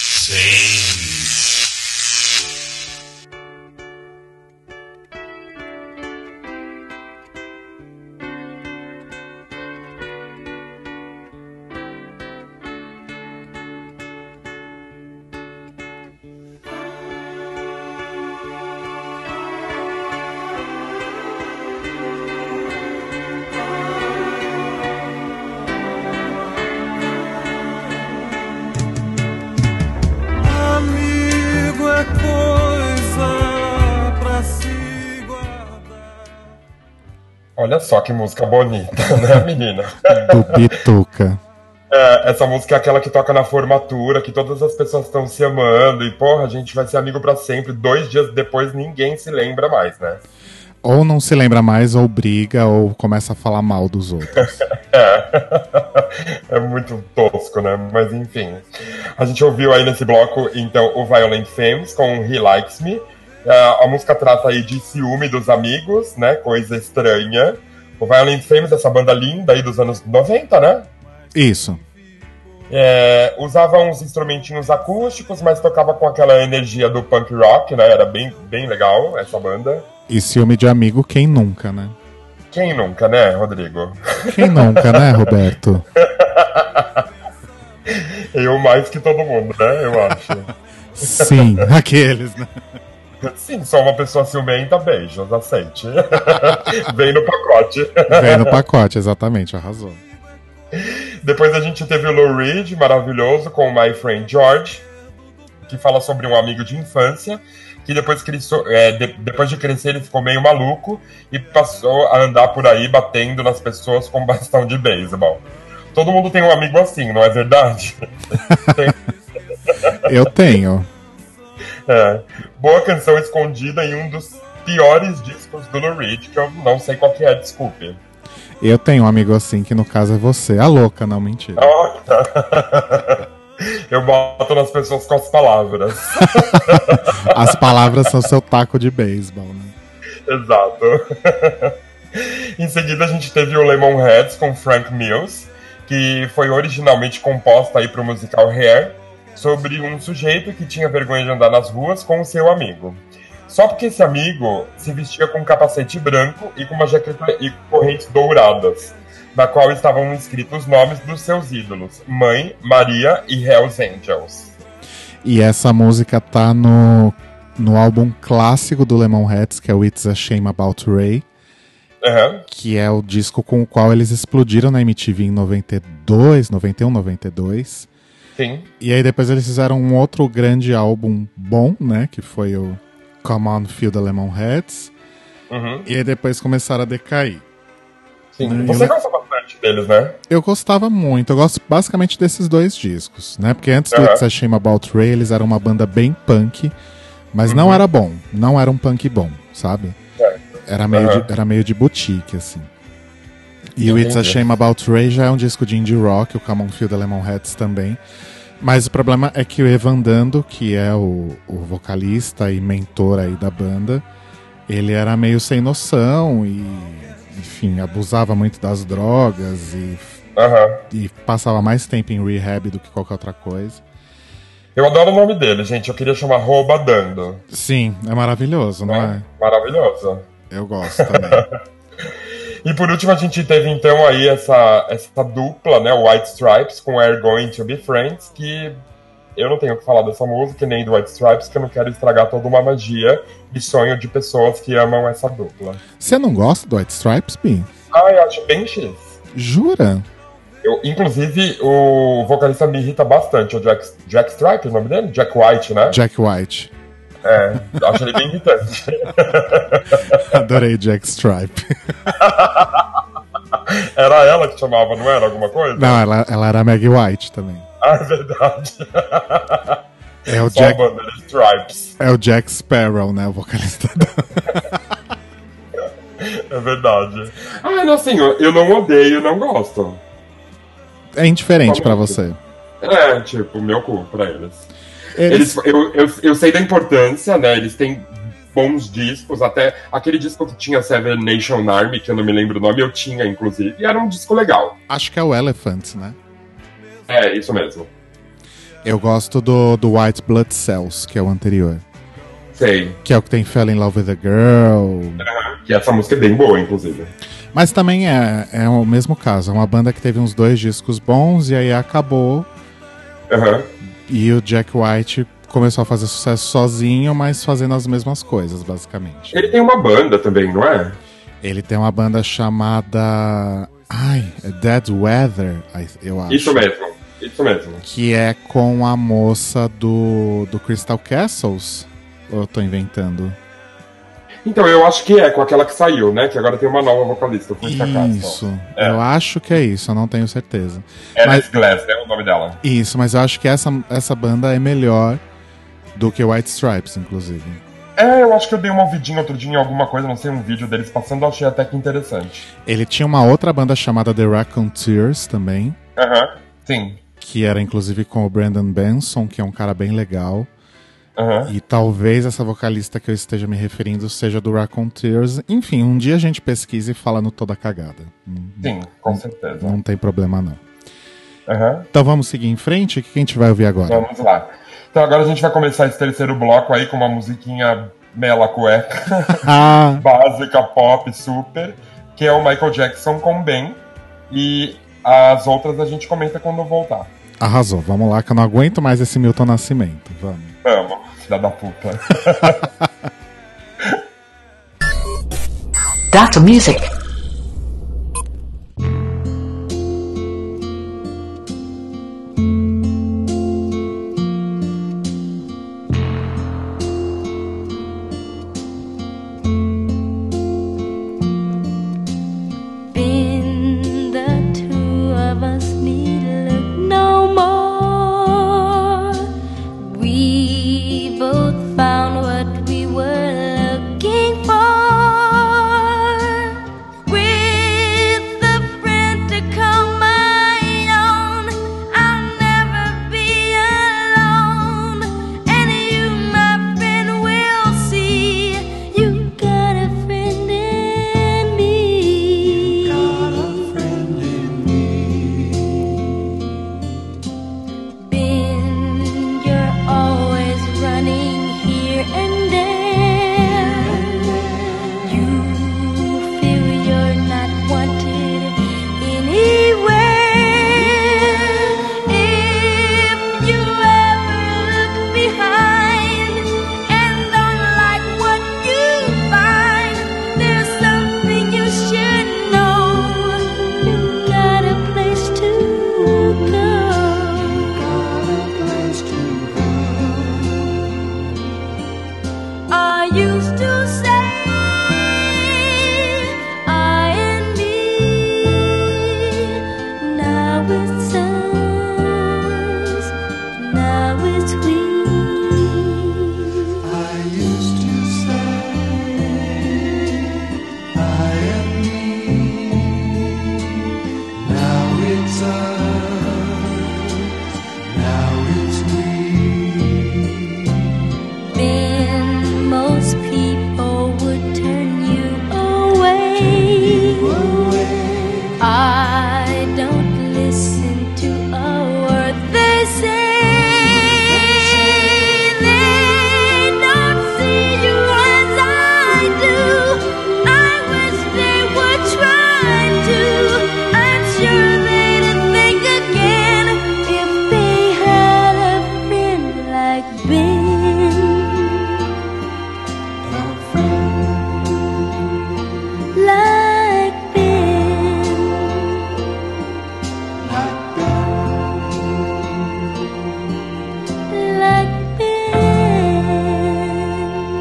Speaker 3: Olha só que música bonita, né, menina?
Speaker 2: Do Bituca.
Speaker 3: É, essa música é aquela que toca na formatura, que todas as pessoas estão se amando e, porra, a gente vai ser amigo pra sempre. 2 dias depois ninguém se lembra mais, né?
Speaker 2: Ou não se lembra mais, ou briga, ou começa a falar mal dos outros.
Speaker 3: É muito tosco, né? Mas enfim. A gente ouviu aí nesse bloco, então, o Violent Femmes com He Likes Me. A música trata aí de ciúme dos amigos, né? Coisa estranha. O Violent Femmes, essa banda linda aí dos anos 90, né?
Speaker 2: Isso.
Speaker 3: Usava uns instrumentinhos acústicos, mas tocava com aquela energia do punk rock, né? Era bem, bem legal essa banda.
Speaker 2: E ciúme de amigo, quem nunca, né?
Speaker 3: Quem nunca, né, Rodrigo?
Speaker 2: Quem nunca, né, Roberto?
Speaker 3: Eu mais que todo mundo, né? Eu acho.
Speaker 2: Sim, aqueles, né?
Speaker 3: Sim, sou uma pessoa ciumenta, beijos, aceite. Vem no pacote.
Speaker 2: Vem no pacote, exatamente, arrasou.
Speaker 3: Depois a gente teve o Lou Reed, maravilhoso, com My Friend George, que fala sobre um amigo de infância, que depois de crescer ele ficou meio maluco e passou a andar por aí batendo nas pessoas com bastão de beisebol. Todo mundo tem um amigo assim, não é verdade?
Speaker 2: Eu tenho.
Speaker 3: Boa canção escondida em um dos piores discos do Lou Reed, que eu não sei qual que é, desculpe.
Speaker 2: Eu tenho um amigo assim, que no caso é você. A louca, não, mentira.
Speaker 3: Eu boto nas pessoas com as palavras.
Speaker 2: As palavras são seu taco de beisebol, né?
Speaker 3: Exato. Em seguida a gente teve o Lemonheads com Frank Mills, que foi originalmente composta aí pro musical Hair, sobre um sujeito que tinha vergonha de andar nas ruas com o seu amigo. Só porque esse amigo se vestia com um capacete branco e com uma jaqueta e correntes douradas, na qual estavam escritos os nomes dos seus ídolos, Mãe, Maria e Hells Angels.
Speaker 2: E essa música tá no álbum clássico do Lemonheads, que é o It's a Shame About Ray, que é o disco com o qual eles explodiram na MTV em 91, 92.
Speaker 3: Sim.
Speaker 2: E aí depois eles fizeram um outro grande álbum bom, né, que foi o Come On Feel the Lemonheads. E aí depois começaram a decair.
Speaker 3: Sim. Você gosta bastante deles, né?
Speaker 2: Eu gostava muito. Eu gosto basicamente desses dois discos, né? Porque antes do It's a Shame About Ray, eles eram uma banda bem punk, mas não era bom. Não era um punk bom, sabe? Era meio de boutique, assim. E o It's a Shame About Ray já é um disco de indie rock, o Come On Feel the Lemonheads também. Mas o problema é que o Evan Dando, que é o vocalista e mentor aí da banda, ele era meio sem noção e, enfim, abusava muito das drogas e passava mais tempo em rehab do que qualquer outra coisa.
Speaker 3: Eu adoro o nome dele, gente. Eu queria chamar Rouba Dando.
Speaker 2: Sim, é maravilhoso, não é?
Speaker 3: Maravilhoso.
Speaker 2: Eu gosto também.
Speaker 3: E por último a gente teve então aí essa dupla, né, White Stripes com We're Going to Be Friends, que eu não tenho o que falar dessa música, nem do White Stripes, que eu não quero estragar toda uma magia e sonho de pessoas que amam essa dupla.
Speaker 2: Você não gosta do White Stripes, Bi?
Speaker 3: Eu acho bem X.
Speaker 2: Jura?
Speaker 3: Inclusive, o vocalista me irrita bastante, o Jack Stripe, o nome dele? Jack White, né?
Speaker 2: Jack White.
Speaker 3: Acho ele bem irritante.
Speaker 2: Adorei Jack Stripe.
Speaker 3: Era ela que chamava, não era alguma coisa?
Speaker 2: Não, ela era a Maggie White também.
Speaker 3: É verdade.
Speaker 2: É o
Speaker 3: Só
Speaker 2: Jack...
Speaker 3: a banda de Stripes.
Speaker 2: É o Jack Sparrow, né, o vocalista
Speaker 3: É verdade. Não, assim, eu não odeio, não gosto.
Speaker 2: É indiferente pra você.
Speaker 3: Tipo, meu cu pra eles. Eu sei da importância, né? Eles têm bons discos, até aquele disco que tinha Seven Nation Army, que eu não me lembro o nome, eu tinha, inclusive, e era um disco legal.
Speaker 2: Acho que é o Elephant, né?
Speaker 3: É, isso mesmo.
Speaker 2: Eu gosto do White Blood Cells, que é o anterior.
Speaker 3: Sei.
Speaker 2: Que é o que tem Fell in Love with a Girl.
Speaker 3: Que essa música é bem boa, inclusive.
Speaker 2: Mas também é o mesmo caso, é uma banda que teve uns 2 discos bons e aí acabou. E o Jack White começou a fazer sucesso sozinho, mas fazendo as mesmas coisas, basicamente.
Speaker 3: Ele tem uma banda também, não é?
Speaker 2: Ele tem uma banda chamada... Dead Weather, eu acho.
Speaker 3: Isso mesmo.
Speaker 2: Que é com a moça do Crystal Castles? Ou eu tô inventando?
Speaker 3: Então, eu acho que é com aquela que saiu, né? Que agora tem uma nova vocalista.
Speaker 2: Isso, eu acho que é isso, eu não tenho certeza.
Speaker 3: Alice Glass, é o nome dela.
Speaker 2: Isso, mas eu acho que essa banda é melhor do que White Stripes, inclusive.
Speaker 3: Eu acho que eu dei uma ouvidinha outro dia em alguma coisa, não sei, um vídeo deles passando, eu achei até que interessante.
Speaker 2: Ele tinha uma outra banda chamada The Raconteurs também.
Speaker 3: Sim.
Speaker 2: Que era inclusive com o Brandon Benson, que é um cara bem legal. E talvez essa vocalista que eu esteja me referindo seja do Raconteurs. Enfim, um dia a gente pesquisa e fala no Toda Cagada.
Speaker 3: Sim, com certeza.
Speaker 2: Não tem problema, não. Então vamos seguir em frente? O que a gente vai ouvir agora?
Speaker 3: Vamos lá. Então agora a gente vai começar esse terceiro bloco aí com uma musiquinha mela cueca. Básica, pop, super. Que é o Michael Jackson com Ben. E as outras a gente comenta quando voltar.
Speaker 2: Arrasou, vamos lá que eu não aguento mais esse Milton Nascimento. Vamos.
Speaker 3: Vamos, filha da puta.
Speaker 7: Data Music.
Speaker 5: Been the two of us need look no more. We both found what we were looking for. With a friend to call my own, I'll never be alone. And you, my friend, will see you got a friend in me. Ben, you're always running here and there. You feel you're not wanted anywhere. If you ever look behind and don't like what you find, there's something you should know. You got a place to go. I used to say I and me. Now it's us. Now it's we. I used to say I and me. Now it's us. Now it's we. Then most people would turn you away. I don't listen to a word they say. They don't see you as I do. I wish they would try to. I'm sure they'd think again if they had a friend like Ben. Like Ben. Like Ben.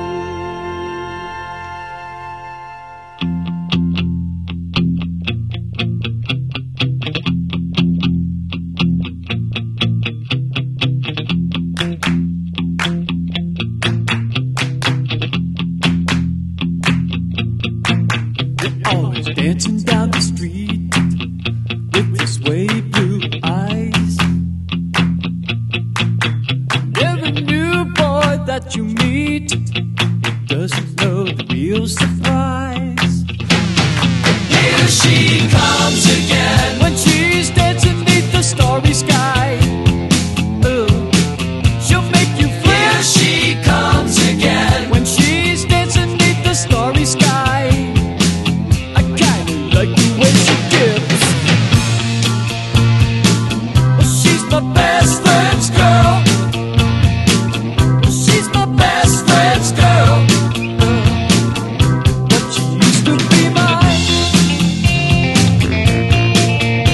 Speaker 8: Always dancing down the street with his wavy blue eyes. Every new boy that you meet doesn't know the real surprise. Here she comes again when she's dancing beneath the starry sky. Oh, she'll make you fly. Here she comes again when she's dancing beneath the starry sky. I kinda like the way she dips. Well, she's my best friend's girl. Well, she's my best friend's girl. But she used to be mine.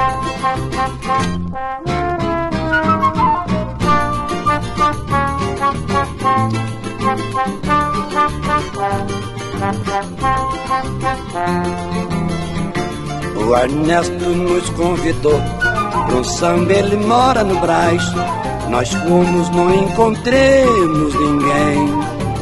Speaker 12: O Ernesto nos convidou pro samba, ele mora no Brás. Nós fomos, não encontremos ninguém.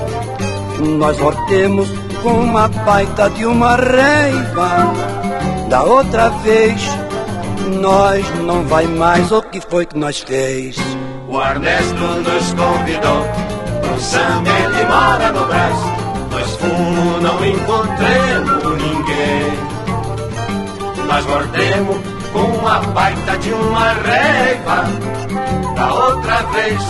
Speaker 12: Nós voltemos com uma baita de uma reiva. Da outra vez, nós não vai mais, o que foi que nós fez?
Speaker 13: O Ernesto nos convidou pro samba, ele mora no Brás. Nós fomos, não encontremos ninguém. Nós voltemos com uma baita de uma reiva. Da outra vez,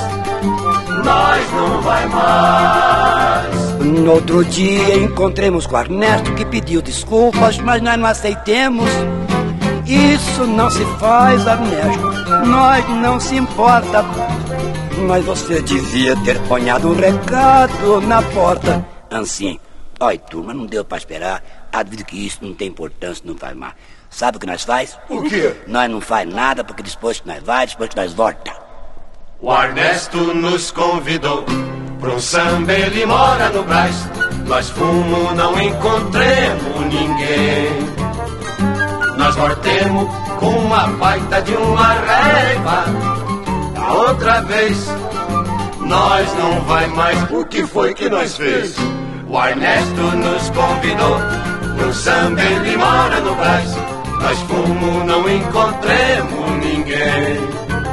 Speaker 13: nós não vai mais.
Speaker 12: No outro dia encontremos com o Ernesto, que pediu desculpas, mas nós não aceitemos. Isso não se faz, Ernesto, nós não se importa. Mas você devia ter ponhado um recado na porta. Assim, oi turma, não deu pra esperar. Admito que isso não tem importância, não faz mal. Sabe o que nós faz?
Speaker 13: O quê?
Speaker 12: Nós não faz nada, porque depois que nós vai, depois que nós volta.
Speaker 13: O Ernesto nos convidou pro samba, ele mora no Brás. Nós fomos, não encontremos ninguém. Nós voltemos com uma baita de uma reiva. Da outra vez, nós não vai mais. O que foi que nós fez? O Ernesto nos convidou pro samba, ele mora no Brás. Nós fomos, não encontremos ninguém.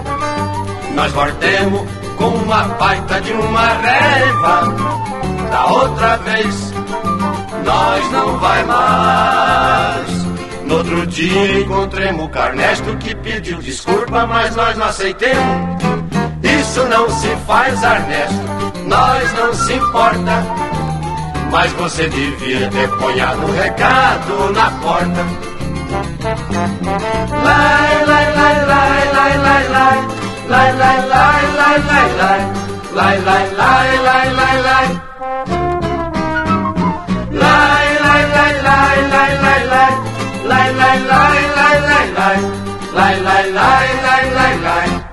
Speaker 13: Nós voltemos com uma baita de uma reiva. Da outra vez, nós não vai mais. No outro dia encontremos o Ernesto, que pediu desculpa, mas nós não aceitemos. Isso não se faz, Ernesto, nós não se importa. Mas você devia ter ponhado um recado na porta. Lai, lai, lai, lai, lai, lai, lai. Lai, lai, lai, lai, lai, lai. Lai, lai, lai, lai, lai, lai. Lai, lai, lai, lai, lai, lai, lai. Lai, lai, lai, lai, lai, lai. Lai, lai, lai, lai, lai, lai.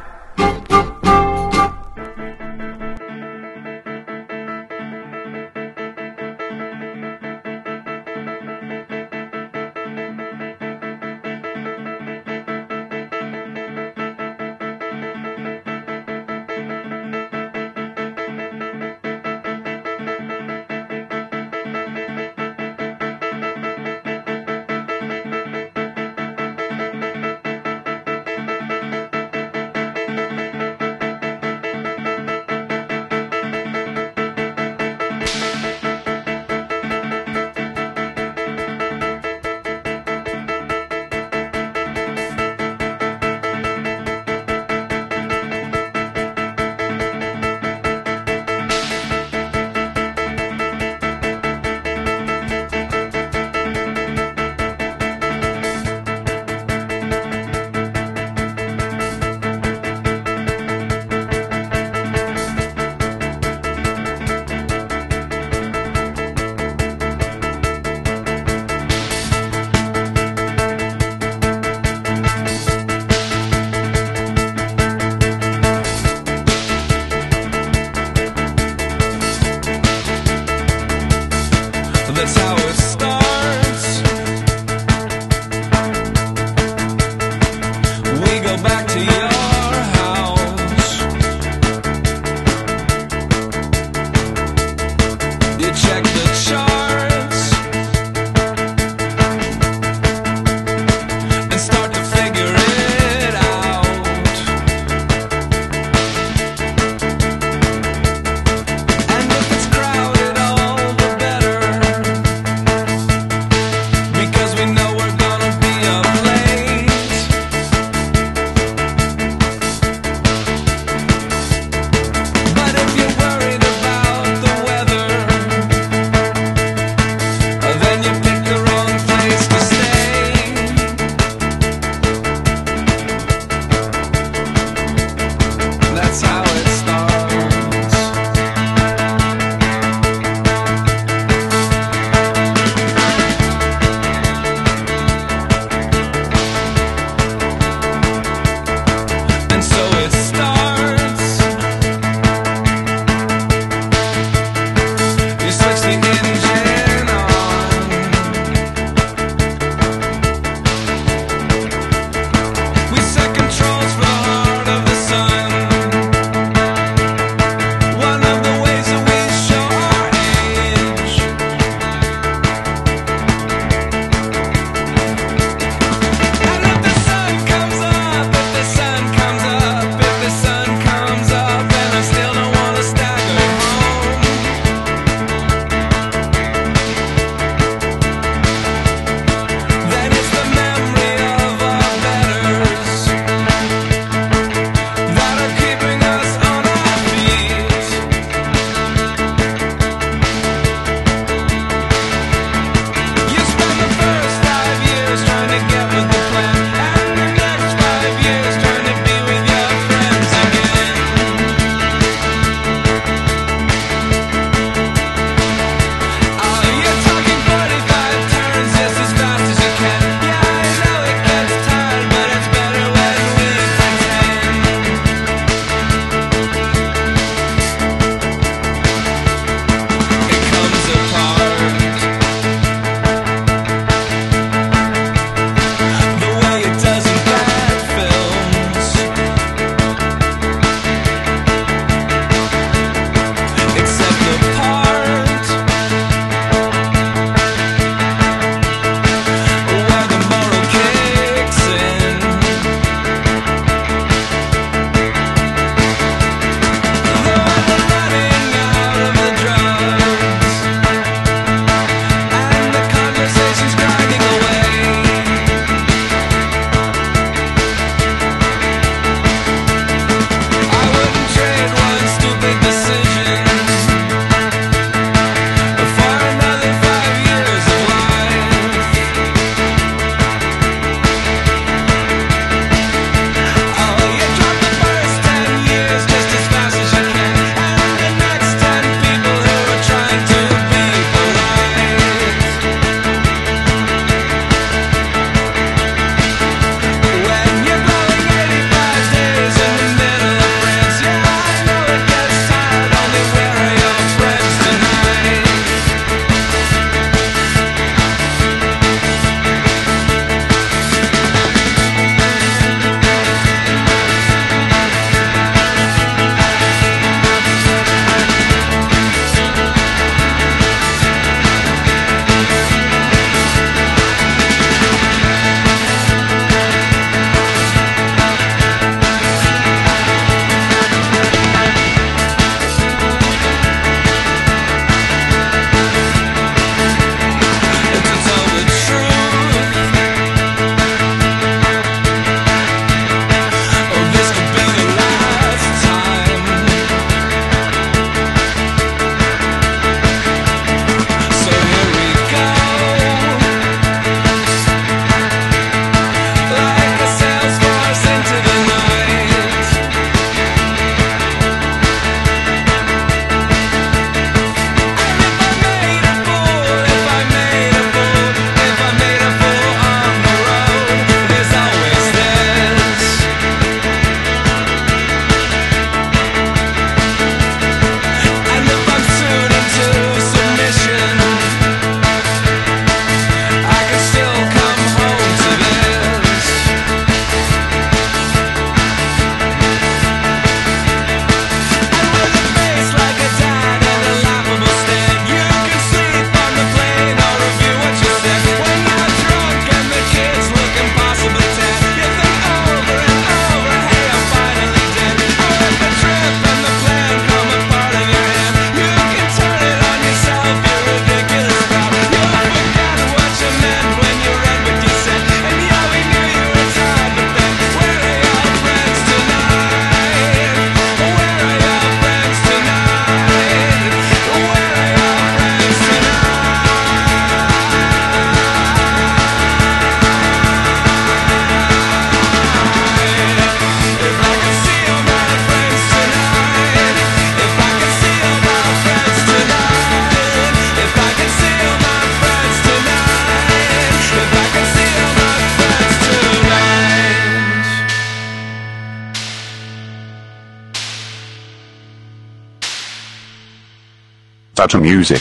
Speaker 14: Data Music.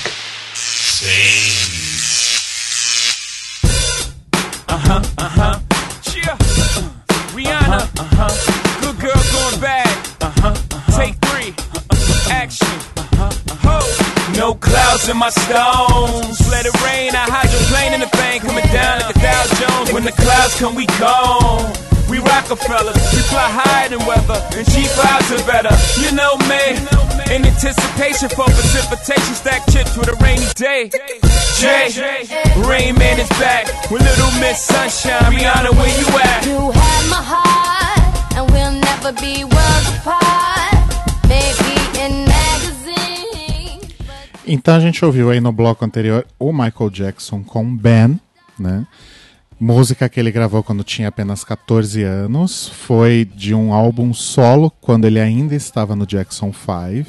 Speaker 8: Yeah. Rihanna. Good girl going bad. Take 3. Action. Ho. No clouds in my stones. Let it rain. I hydroplane in the bank. Coming down like a Dow Jones. When the clouds come, we gone. We Rockefellers, we fly higher than weather, and G5s are better. You know me, in anticipation for precipitation, stack chips with a rainy day. Jay, Rain Man is back with Little Miss Sunshine. Rihanna, where you at?
Speaker 5: You had my heart, and we'll never be worlds apart. Maybe in magazine.
Speaker 2: Então a gente ouviu aí no bloco anterior o Michael Jackson com Ben, né? Música que ele gravou quando tinha apenas 14 anos. Foi de um álbum solo, quando ele ainda estava no Jackson 5.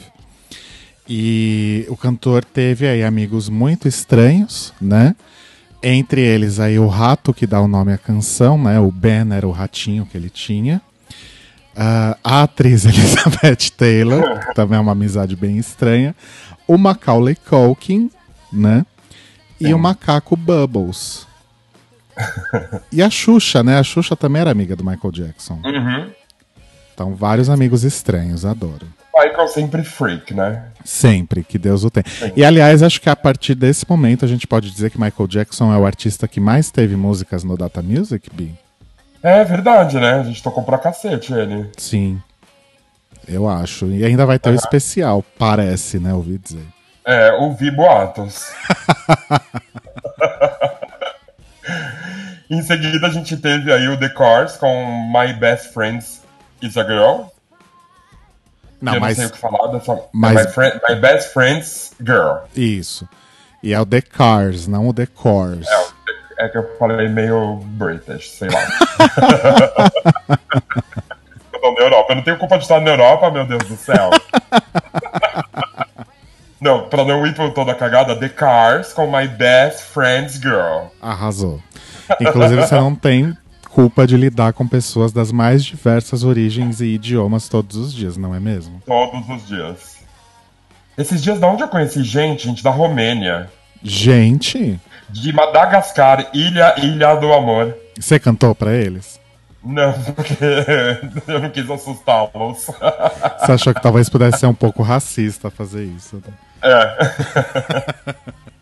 Speaker 2: E o cantor teve aí amigos muito estranhos, né? Entre eles aí o rato que dá o nome à canção, né? O Ben era o ratinho que ele tinha. A atriz Elizabeth Taylor, que também é uma amizade bem estranha. O Macaulay Culkin, né? E o macaco Bubbles. E a Xuxa, né? A Xuxa também era amiga do Michael Jackson.
Speaker 3: Uhum.
Speaker 2: Então, vários amigos estranhos, adoro.
Speaker 3: Michael sempre freak, né?
Speaker 2: Sempre, que Deus o tenha. E, aliás, acho que a partir desse momento a gente pode dizer que Michael Jackson é o artista que mais teve músicas no Data Music, Bi?
Speaker 3: É verdade, né? A gente tocou pra cacete ele.
Speaker 2: Sim, eu acho. E ainda vai ter o especial, parece, né? Ouvi dizer.
Speaker 3: É, ouvi boatos. Em seguida a gente teve aí o The Cars com My Best Friends Is a Girl.
Speaker 2: Não,
Speaker 3: eu
Speaker 2: mas...
Speaker 3: não sei o que falar dessa...
Speaker 2: Mas...
Speaker 3: My Best Friends Girl.
Speaker 2: Isso. E é o The Cars, não o The Cars.
Speaker 3: É que eu falei meio British, sei lá. Eu tô na Europa. Eu não tenho culpa de estar na Europa, meu Deus do céu. Não, pra não ir por toda a cagada, The Cars com My Best Friends Girl.
Speaker 2: Arrasou. Inclusive, você não tem culpa de lidar com pessoas das mais diversas origens e idiomas todos os dias, não é mesmo?
Speaker 3: Todos os dias. Esses dias, de onde eu conheci gente da Romênia.
Speaker 2: Gente?
Speaker 3: De Madagascar, Ilha do Amor.
Speaker 2: Você cantou pra eles?
Speaker 3: Não, porque eu não quis assustá-los.
Speaker 2: Você achou que talvez pudesse ser um pouco racista fazer isso? Né?
Speaker 3: É.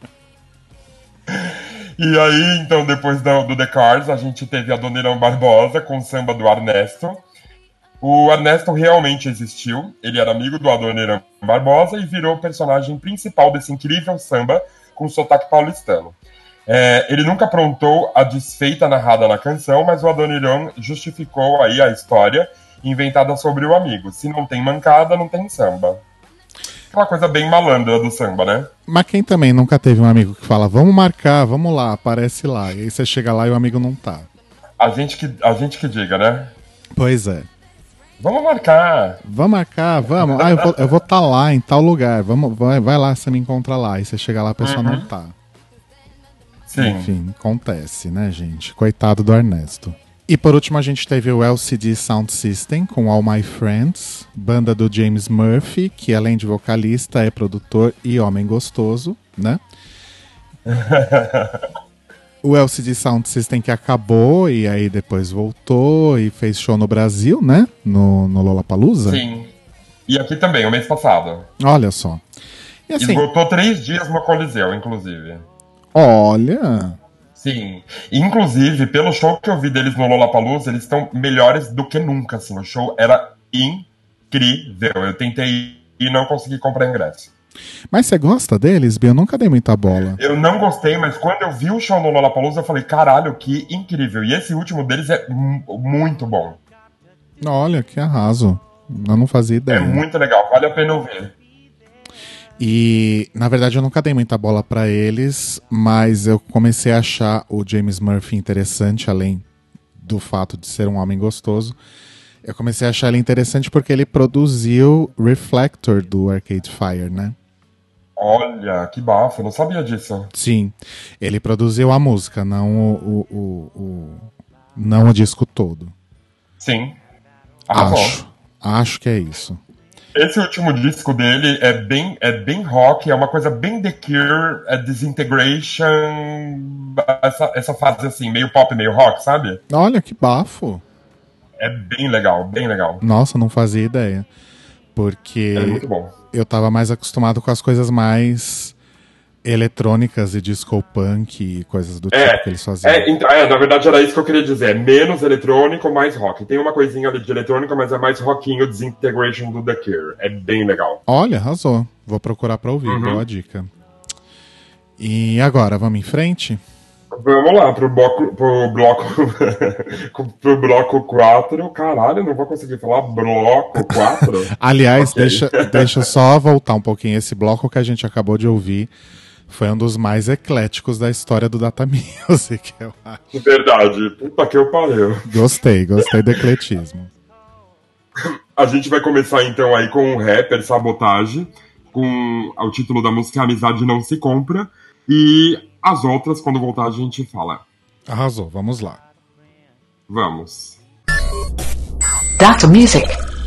Speaker 3: E aí, então, depois do The Cars, a gente teve a Dona Irã Barbosa com o samba do Ernesto. O Ernesto realmente existiu, ele era amigo do Adoniran Barbosa e virou o personagem principal desse incrível samba com sotaque paulistano. Ele nunca aprontou a desfeita narrada na canção, mas o Adoniran justificou aí a história inventada sobre o amigo. Se não tem mancada, não tem samba. Aquela coisa bem malandra do samba, né?
Speaker 2: Mas quem também nunca teve um amigo que fala, vamos marcar, vamos lá, aparece lá. E aí você chega lá e o amigo não tá.
Speaker 3: A gente que diga, né?
Speaker 2: Pois é.
Speaker 3: Vamos marcar.
Speaker 2: Vamos marcar, vamos. Eu vou estar lá em tal lugar. Vai lá, você me encontra lá. E você chega lá, a pessoa não tá.
Speaker 3: Sim.
Speaker 2: Enfim, acontece, né, gente? Coitado do Ernesto. E por último a gente teve o LCD Sound System com All My Friends, banda do James Murphy, que além de vocalista é produtor e homem gostoso, né? O LCD Sound System que acabou e aí depois voltou e fez show no Brasil, né? No Lollapalooza.
Speaker 3: Sim. E aqui também, o mês passado.
Speaker 2: Olha só. E assim,
Speaker 3: esgotou 3 dias no Coliseu, inclusive.
Speaker 2: Olha...
Speaker 3: Sim, inclusive, pelo show que eu vi deles no Lollapalooza, eles estão melhores do que nunca, assim, o show era incrível, eu tentei ir e não consegui comprar ingresso.
Speaker 2: Mas você gosta deles, Bia? Eu nunca dei muita bola.
Speaker 3: Eu não gostei, mas quando eu vi o show no Lollapalooza, eu falei, caralho, que incrível, e esse último deles é muito bom.
Speaker 2: Olha, que arraso, eu não fazia ideia.
Speaker 3: É muito legal, vale a pena ouvir.
Speaker 2: E, na verdade, eu nunca dei muita bola pra eles, mas eu comecei a achar o James Murphy interessante, além do fato de ser um homem gostoso. Eu comecei a achar ele interessante porque ele produziu Reflector do Arcade Fire, né?
Speaker 3: Olha, que bafo, eu não sabia disso.
Speaker 2: Sim, ele produziu a música, não não o disco todo.
Speaker 3: Sim,
Speaker 2: acho que é isso.
Speaker 3: Esse último disco dele é bem rock, é uma coisa bem The Cure, é Disintegration, essa fase assim, meio pop, meio rock, sabe?
Speaker 2: Olha, que bafo.
Speaker 3: É bem legal, bem legal.
Speaker 2: Nossa, não fazia ideia. Porque
Speaker 3: é muito bom.
Speaker 2: Eu tava mais acostumado com as coisas mais eletrônicas e disco punk e coisas do tipo que eles faziam.
Speaker 3: Na verdade era isso que eu queria dizer. Menos eletrônico, mais rock. Tem uma coisinha ali de eletrônica, mas é mais rockinho, Disintegration do The Cure. É bem legal.
Speaker 2: Olha, arrasou. Vou procurar pra ouvir, boa dica. E agora, vamos em frente?
Speaker 3: Vamos lá, pro bloco 4. Caralho, não vou conseguir falar bloco 4.
Speaker 2: Aliás, okay. deixa eu só voltar um pouquinho. Esse bloco que a gente acabou de ouvir foi um dos mais ecléticos da história do Data Music, eu acho.
Speaker 3: Verdade, puta que eu pariu.
Speaker 2: Gostei do ecletismo.
Speaker 3: A gente vai começar então aí com o rapper Sabotage, com o título da música Amizade Não Se Compra, e as outras, quando voltar, a gente fala.
Speaker 2: Arrasou, vamos lá.
Speaker 3: Vamos.
Speaker 7: Data Music.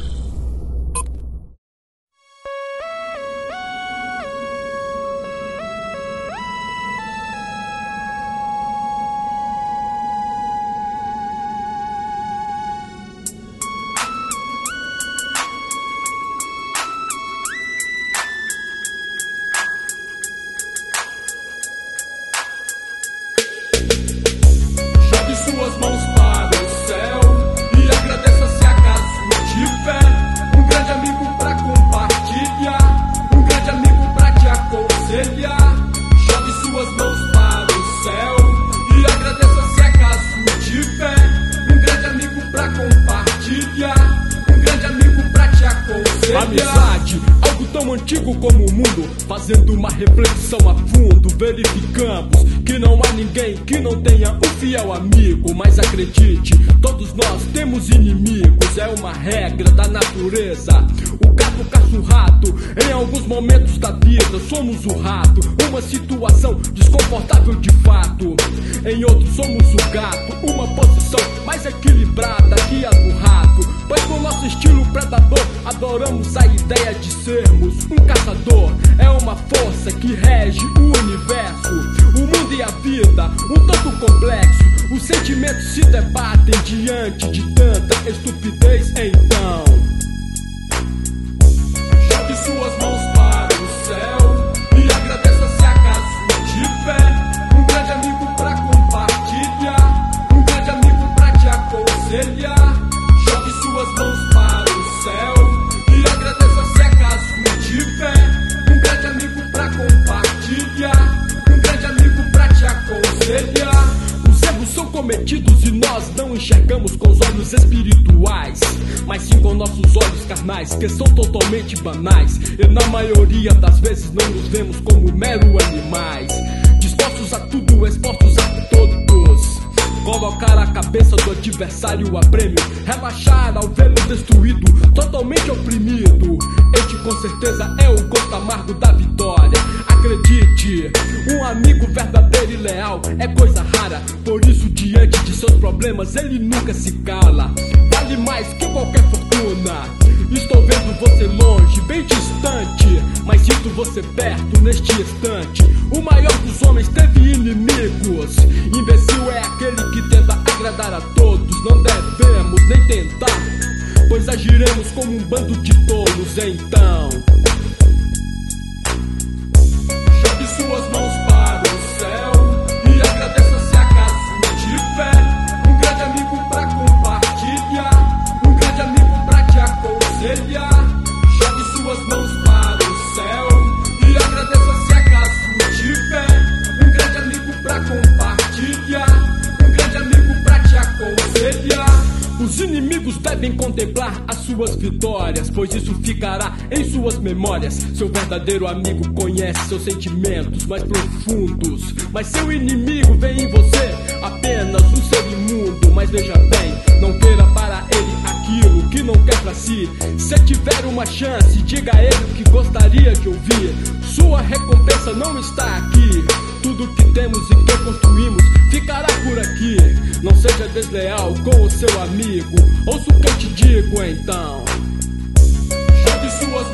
Speaker 14: Amizade, algo tão antigo como o mundo. Fazendo uma reflexão a fundo, verificamos que não há ninguém que não tenha um fiel amigo. Mas acredite, todos nós temos inimigos. É uma regra da natureza. O gato caça o rato. Em alguns momentos da vida somos o rato. Uma situação desconfortável de fato. Em outros somos o gato. Uma posição mais equilibrada que a do rato. Pois com nosso estilo predador adoramos a ideia de sermos um caçador. É uma força que rege o universo, o mundo e a vida, um tanto complexo. Os sentimentos se debatem diante de tanta estupidez. Então jogue suas mãos para o céu e agradeça se acaso tiver um grande amigo pra compartilhar, um grande amigo pra te aconselhar. Jogue suas mãos para o céu e agradeça se acaso tiver um grande amigo pra compartilhar, um grande amigo pra te aconselhar. Os erros são cometidos e nós não enxergamos com os olhos espirituais, mas sim com nossos olhos carnais, que são totalmente banais. E na maioria das vezes não nos vemos como mero animais, dispostos a tudo, expostos a todos. Colocar a cabeça do adversário a prêmio, relaxar ao vê-lo destruído, totalmente oprimido. Este com certeza é o gosto amargo da vitória. Acredite, um amigo verdadeiro e leal é coisa rara. Por isso diante de seus problemas ele nunca se cala. Vale mais que qualquer fortuna. Estou vendo você longe, bem distante, mas sinto você perto neste instante. O maior dos homens teve inimigos. Imbecil é aquele que tenta agradar a todos. Não devemos nem tentar, pois agiremos como um bando de tolos. Então jogue suas mãos para o céu e agradeça se acaso tiver um grande amigo pra compartilhar, um grande amigo pra te aconselhar. Jogue suas mãos para o céu e agradeça se acaso tiver um grande amigo pra compartilhar, um grande amigo pra te aconselhar. Os inimigos devem contemplar as suas vitórias, pois isso ficará em suas memórias. Seu verdadeiro amigo conhece seus sentimentos mais profundos, mas seu inimigo vê em você apenas um ser imundo. Mas veja bem, não queira para ele aquilo que não quer pra si. Se tiver uma chance, diga a ele o que gostaria de ouvir. Sua recompensa não está aqui. Tudo que temos e que construímos ficará por aqui. Não seja desleal com o seu amigo. Ouça o que eu te digo então. Jogue suas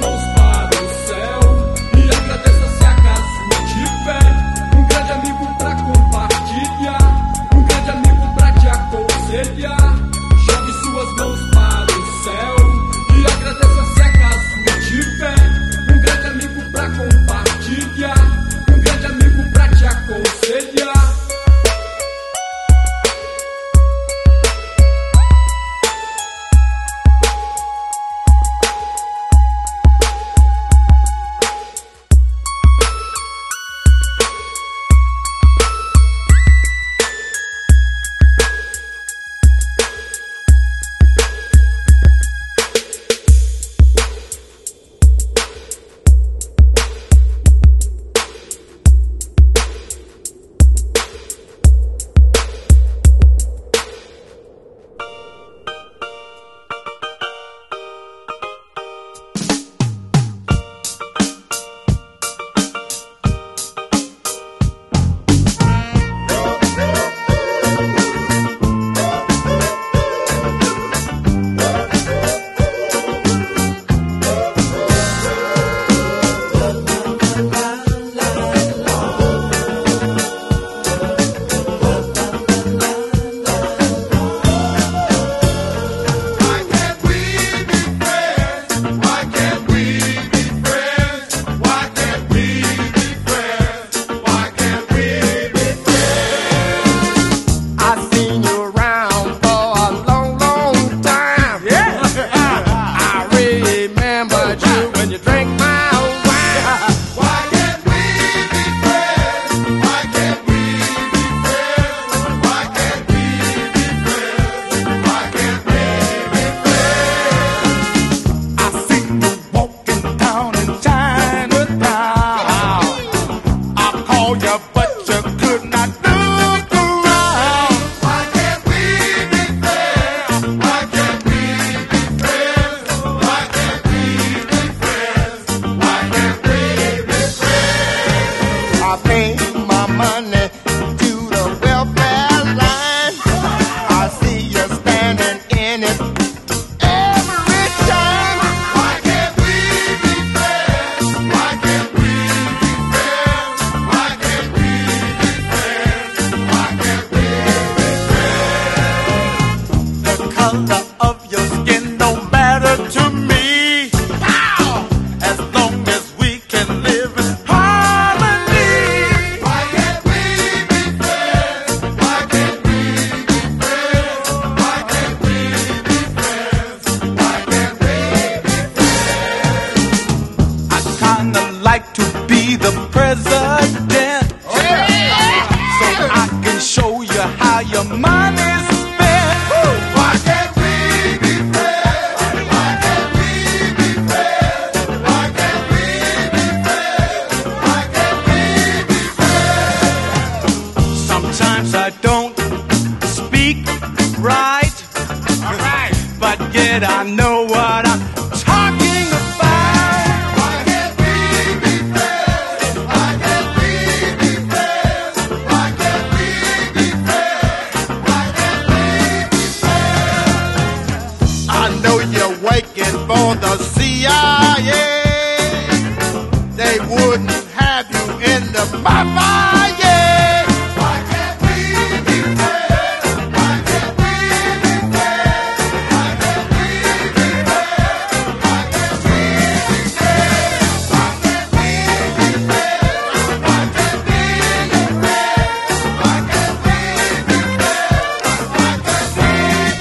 Speaker 6: your skin don't matter to me. Pow! As long as we can live in harmony. Why can't we be friends? Why can't we be friends? Why can't we be friends? Why can't we be friends? I kinda like to be the president. So I can show you how your money's spent. Why can't we be friends? Why can't we be friends? Why can't we be friends? Why can't we be friends? Sometimes I don't speak right. Alright. But yet I know what I'm talking about. Why can't we be friends? Why can't we be friends? Why can't we be friends? Why can't we be friends? I know you're waiting for the CIA. They wouldn't have you in the mafia. Why can't we be friends? Why can't we be friends? Why can't we be friends? Why can't we be friends? Why can't we be friends? Why can't we be friends? Why can't we be friends? Why can't we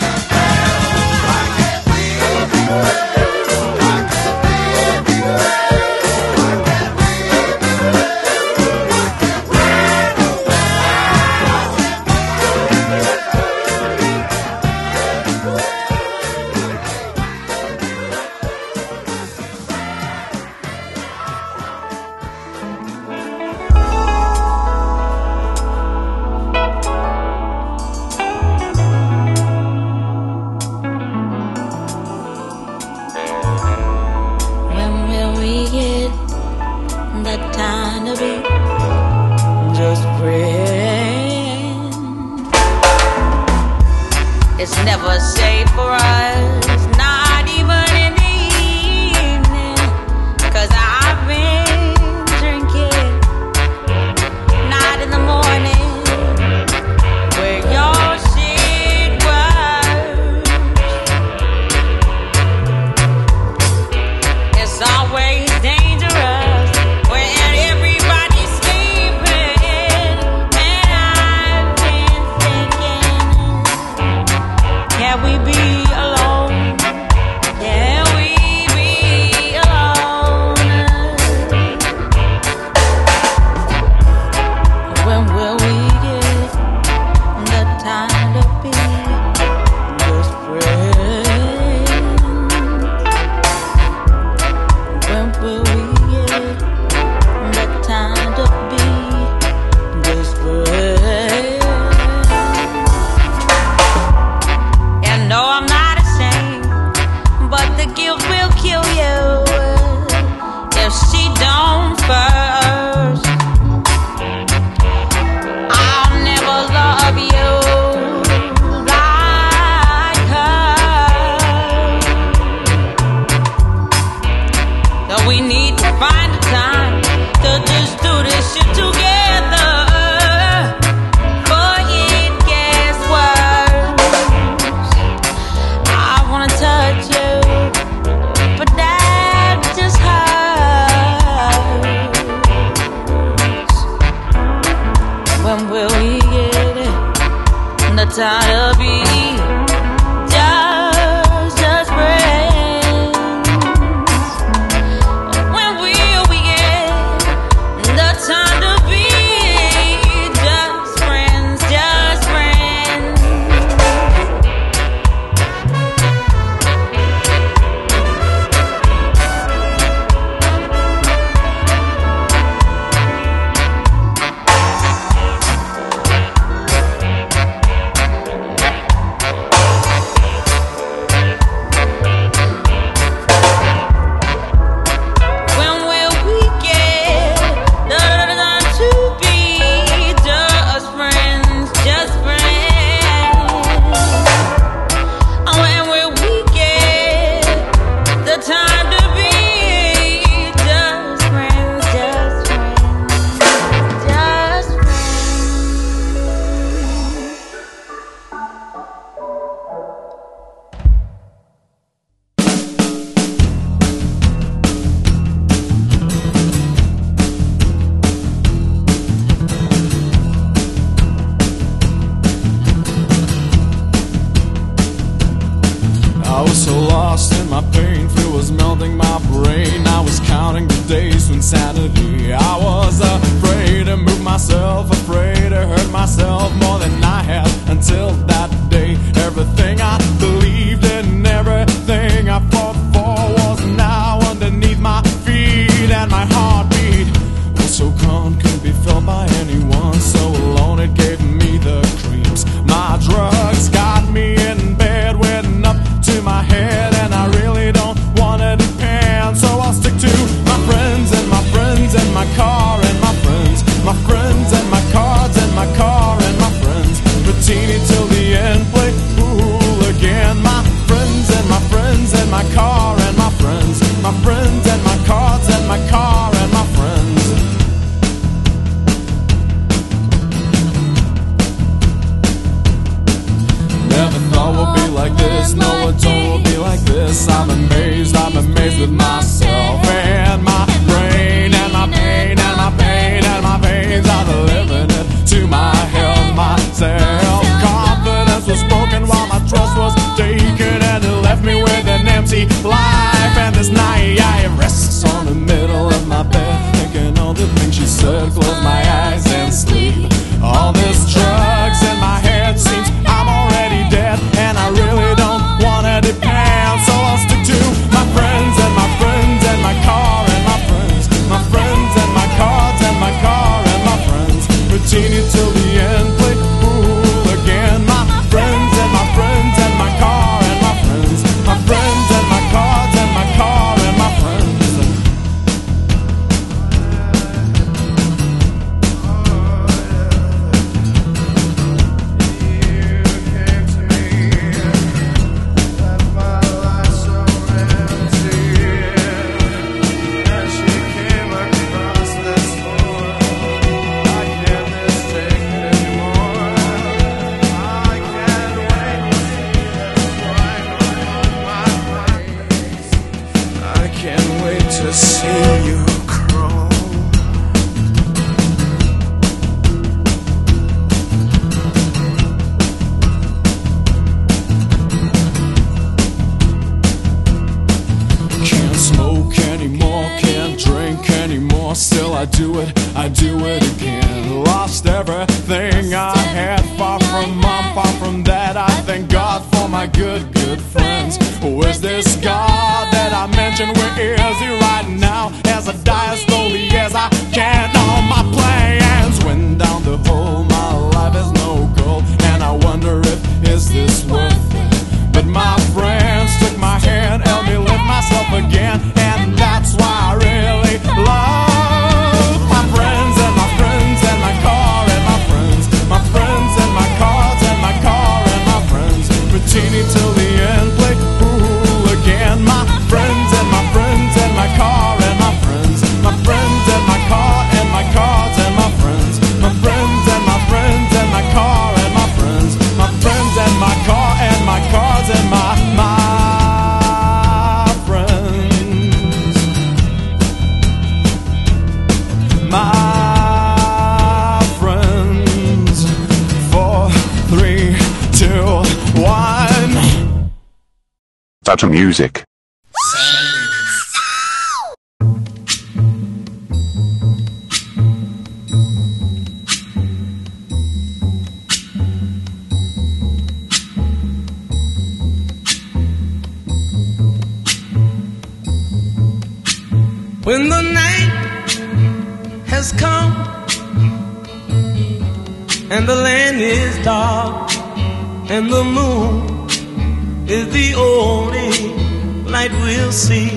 Speaker 6: be friends?
Speaker 9: When will we get that time to be just friends? It's never safe for us, not even in the evening, 'cause I've been drinking, not in the morning, where your shit was. It's always dangerous when everybody's sleeping. And I've been thinking, can we be alone
Speaker 14: So lost in my pain, fear was melting my brain. I was counting the days to insanity. I was afraid to move myself, afraid to hurt myself more than I had until that day. Everything I believed in, everything I fought for was now underneath my feet. And my heartbeat was so gone, couldn't be felt by anyone. So alone it gave me the creeps. My drugs got me in bed, went up to my head, and I really don't wanna depend. So I'll stick to my friends and my friends and my car and my friends, my friends and my cards and my car and my friends. Routine till the end, play pool again. My friends and my friends and my car and my friends, my friends and my cards and my car and my friends. Never thought we'd be like this, no one told we'd be like this. I'm amazed with myself and my brain and my pain and my pain and my veins. I've been living it to my health, my self-confidence was broken while my trust was taken, and it left me with an empty life. And this night I rests on the middle of my bed, thinking all the things she said, close my eyes and sleep. All this drugs in my head seems I'm already dead, and I really don't wanna depend. So I'll stick to my friends and my friends and my car and my friends, my friends and my cards and my car and my friends. Routine till the end, play pool again. My friends and my friends and my car and my friends, my friends and my cards and my car and my friends. To see you crawl. Can't smoke anymore, can't drink anymore. Still I do it again. Lost everything I had, far from mom, far from dad. I thank God for my good friends. Where's this God that I mentioned? Where is he right now? As I die as slowly as I can, all my plans went down the hole. My life is no goal, and I wonder if is this worth it? But my friends took my hand, helped me lift myself again, and that's why I really love my friends and my friends and my car and my friends, my friends and my cards and my car and my friends. Routine till the end, play pool again. My friends and my friends and my car and my friends, my friends and my car and my cards and my friends, my friends and my friends and my car and my friends, my friends and my car and my cards and my friends, my friends. 4, 3, 2, 1.
Speaker 15: Data Music.
Speaker 11: When the night has come and the land is dark and the moon is the only light we'll see.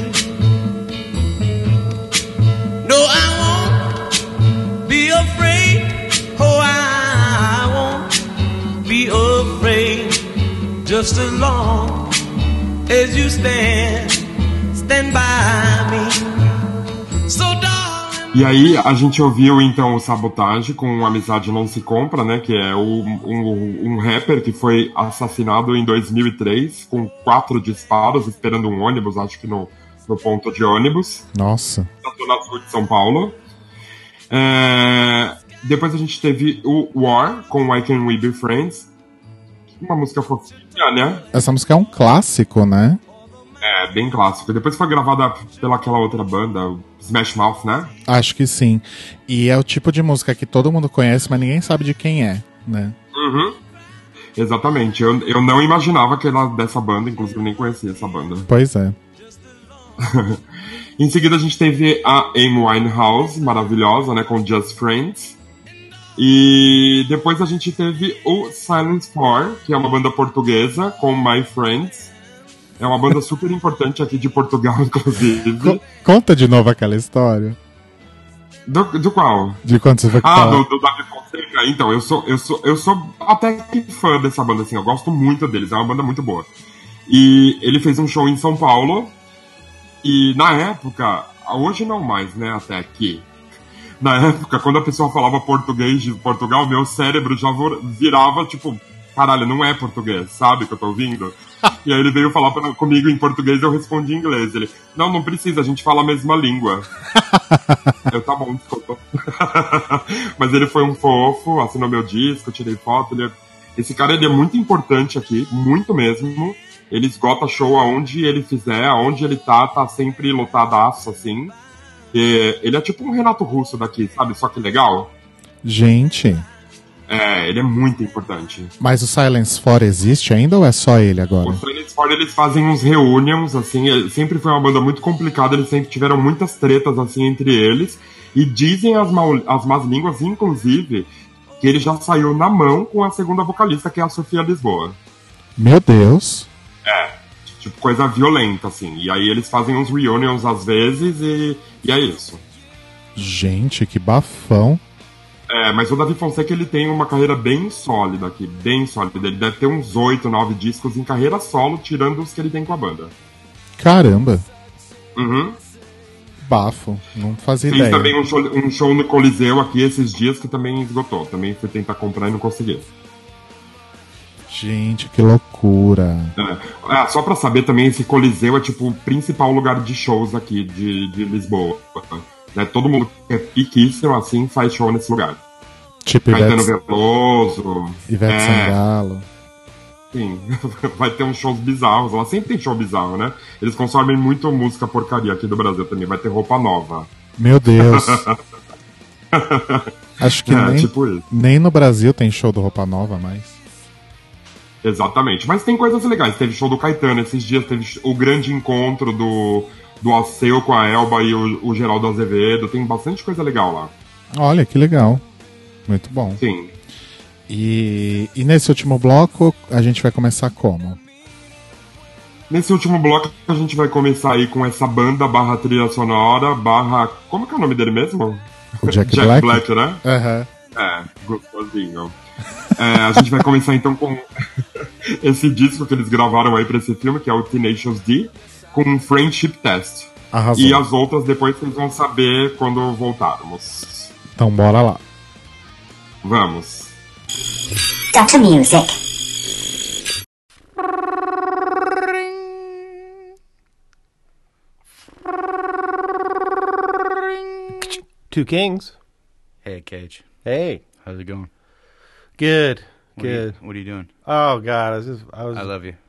Speaker 11: No, I won't be afraid. Oh, I won't be afraid. Just as long as you stand by me. So darling.
Speaker 3: E aí a gente ouviu então o Sabotage com Amizade Não Se Compra, né? Que é um rapper que foi assassinado em 2003 com 4 disparos esperando um ônibus, acho que no ponto de ônibus.
Speaker 2: Nossa.
Speaker 3: Na zona sul de São Paulo. Depois a gente teve o War com Why Can't We Be Friends. Uma música fofinha, né?
Speaker 2: Essa música é um clássico, né?
Speaker 3: É, bem clássico. Depois foi gravada pelaquela outra banda, o Smash Mouth, né?
Speaker 2: Acho que sim. E é o tipo de música que todo mundo conhece, mas ninguém sabe de quem é, né?
Speaker 3: Uhum. Exatamente. Eu não imaginava que era dessa banda, inclusive eu nem conhecia essa banda.
Speaker 2: Pois é.
Speaker 3: Em seguida a gente teve a Amy Winehouse, maravilhosa, né, com Just Friends. E depois a gente teve o Silence 4, que é uma banda portuguesa, com My Friends. É uma banda super importante aqui de Portugal, inclusive.
Speaker 2: Conta de novo aquela história.
Speaker 3: Do qual?
Speaker 2: De quando você foi falar?
Speaker 3: Do Davi Fonseca. Então, eu sou até que fã dessa banda, assim. Eu gosto muito deles, é uma banda muito boa. E ele fez um show em São Paulo. E na época, hoje não mais, né, até aqui. Na época, quando a pessoa falava português de Portugal, meu cérebro já virava, tipo, caralho, não é português, sabe que eu tô ouvindo? E aí ele veio falar comigo em português e eu respondi em inglês. Ele, não precisa, a gente fala a mesma língua. Eu, tá bom, desculpa. Mas ele foi um fofo, assinou meu disco, tirei foto. Esse cara, ele é muito importante aqui, muito mesmo. Ele esgota show aonde ele fizer, aonde ele tá sempre lotadaço, assim. E ele é tipo um Renato Russo daqui, sabe? Só que legal.
Speaker 2: Gente.
Speaker 3: É, ele é muito importante.
Speaker 2: Mas o Silence 4 existe ainda ou é só ele agora?
Speaker 3: O Silence 4, eles fazem uns reunions, assim, sempre foi uma banda muito complicada, eles sempre tiveram muitas tretas, assim, entre eles, e dizem as más línguas, inclusive, que ele já saiu na mão com a segunda vocalista, que é a Sofia Lisboa.
Speaker 2: Meu Deus!
Speaker 3: É, tipo, coisa violenta, assim, e aí eles fazem uns reunions às vezes, e é isso.
Speaker 2: Gente, que bafão!
Speaker 3: É, mas o Davi Fonseca, ele tem uma carreira bem sólida aqui, bem sólida. Ele deve ter uns 8, 9 discos em carreira solo, tirando os que ele tem com a banda.
Speaker 2: Caramba!
Speaker 3: Uhum.
Speaker 2: Bafo, não fazia
Speaker 3: Fez
Speaker 2: ideia.
Speaker 3: também um show no Coliseu aqui esses dias que também esgotou. Também fui tentar comprar e não consegui.
Speaker 2: Gente, que loucura!
Speaker 3: É, só pra saber também, esse Coliseu é tipo o principal lugar de shows aqui de Lisboa. Né? Todo mundo que é piquíssimo, assim, faz show nesse lugar.
Speaker 2: Tipo
Speaker 3: Caetano Veloso.
Speaker 2: Ivete Sangalo.
Speaker 3: Sim, vai ter uns shows bizarros. Lá sempre tem show bizarro, né? Eles consomem muito música porcaria aqui do Brasil também. Vai ter roupa nova.
Speaker 2: Meu Deus. Acho que
Speaker 3: tipo
Speaker 2: nem no Brasil tem show do Roupa Nova mais.
Speaker 3: Exatamente. Mas tem coisas legais. Teve show do Caetano esses dias. Teve o grande encontro do Alceu com a Elba e o Geraldo Azevedo. Tem bastante coisa legal lá.
Speaker 2: Olha, que legal. Muito bom.
Speaker 3: Sim.
Speaker 2: E nesse último bloco, a gente vai começar como?
Speaker 3: Nesse último bloco, a gente vai começar aí com essa banda / trilha sonora / como que é o nome dele mesmo?
Speaker 2: O Jack
Speaker 3: Black, né?
Speaker 2: Uhum.
Speaker 3: É, gostosinho. A gente vai começar então com esse disco que eles gravaram aí pra esse filme, que é o Tenacious D, com Friendship Test.
Speaker 2: Arrasou.
Speaker 3: E as outras depois vocês vão saber quando voltarmos.
Speaker 2: Então bora lá.
Speaker 3: Vamos.
Speaker 7: Dr. Music.
Speaker 16: Two Kings.
Speaker 17: Hey, Cage.
Speaker 16: Hey.
Speaker 17: How's it going?
Speaker 16: Good.
Speaker 17: What
Speaker 16: Good.
Speaker 17: What are you doing?
Speaker 16: Oh God, I
Speaker 17: love you.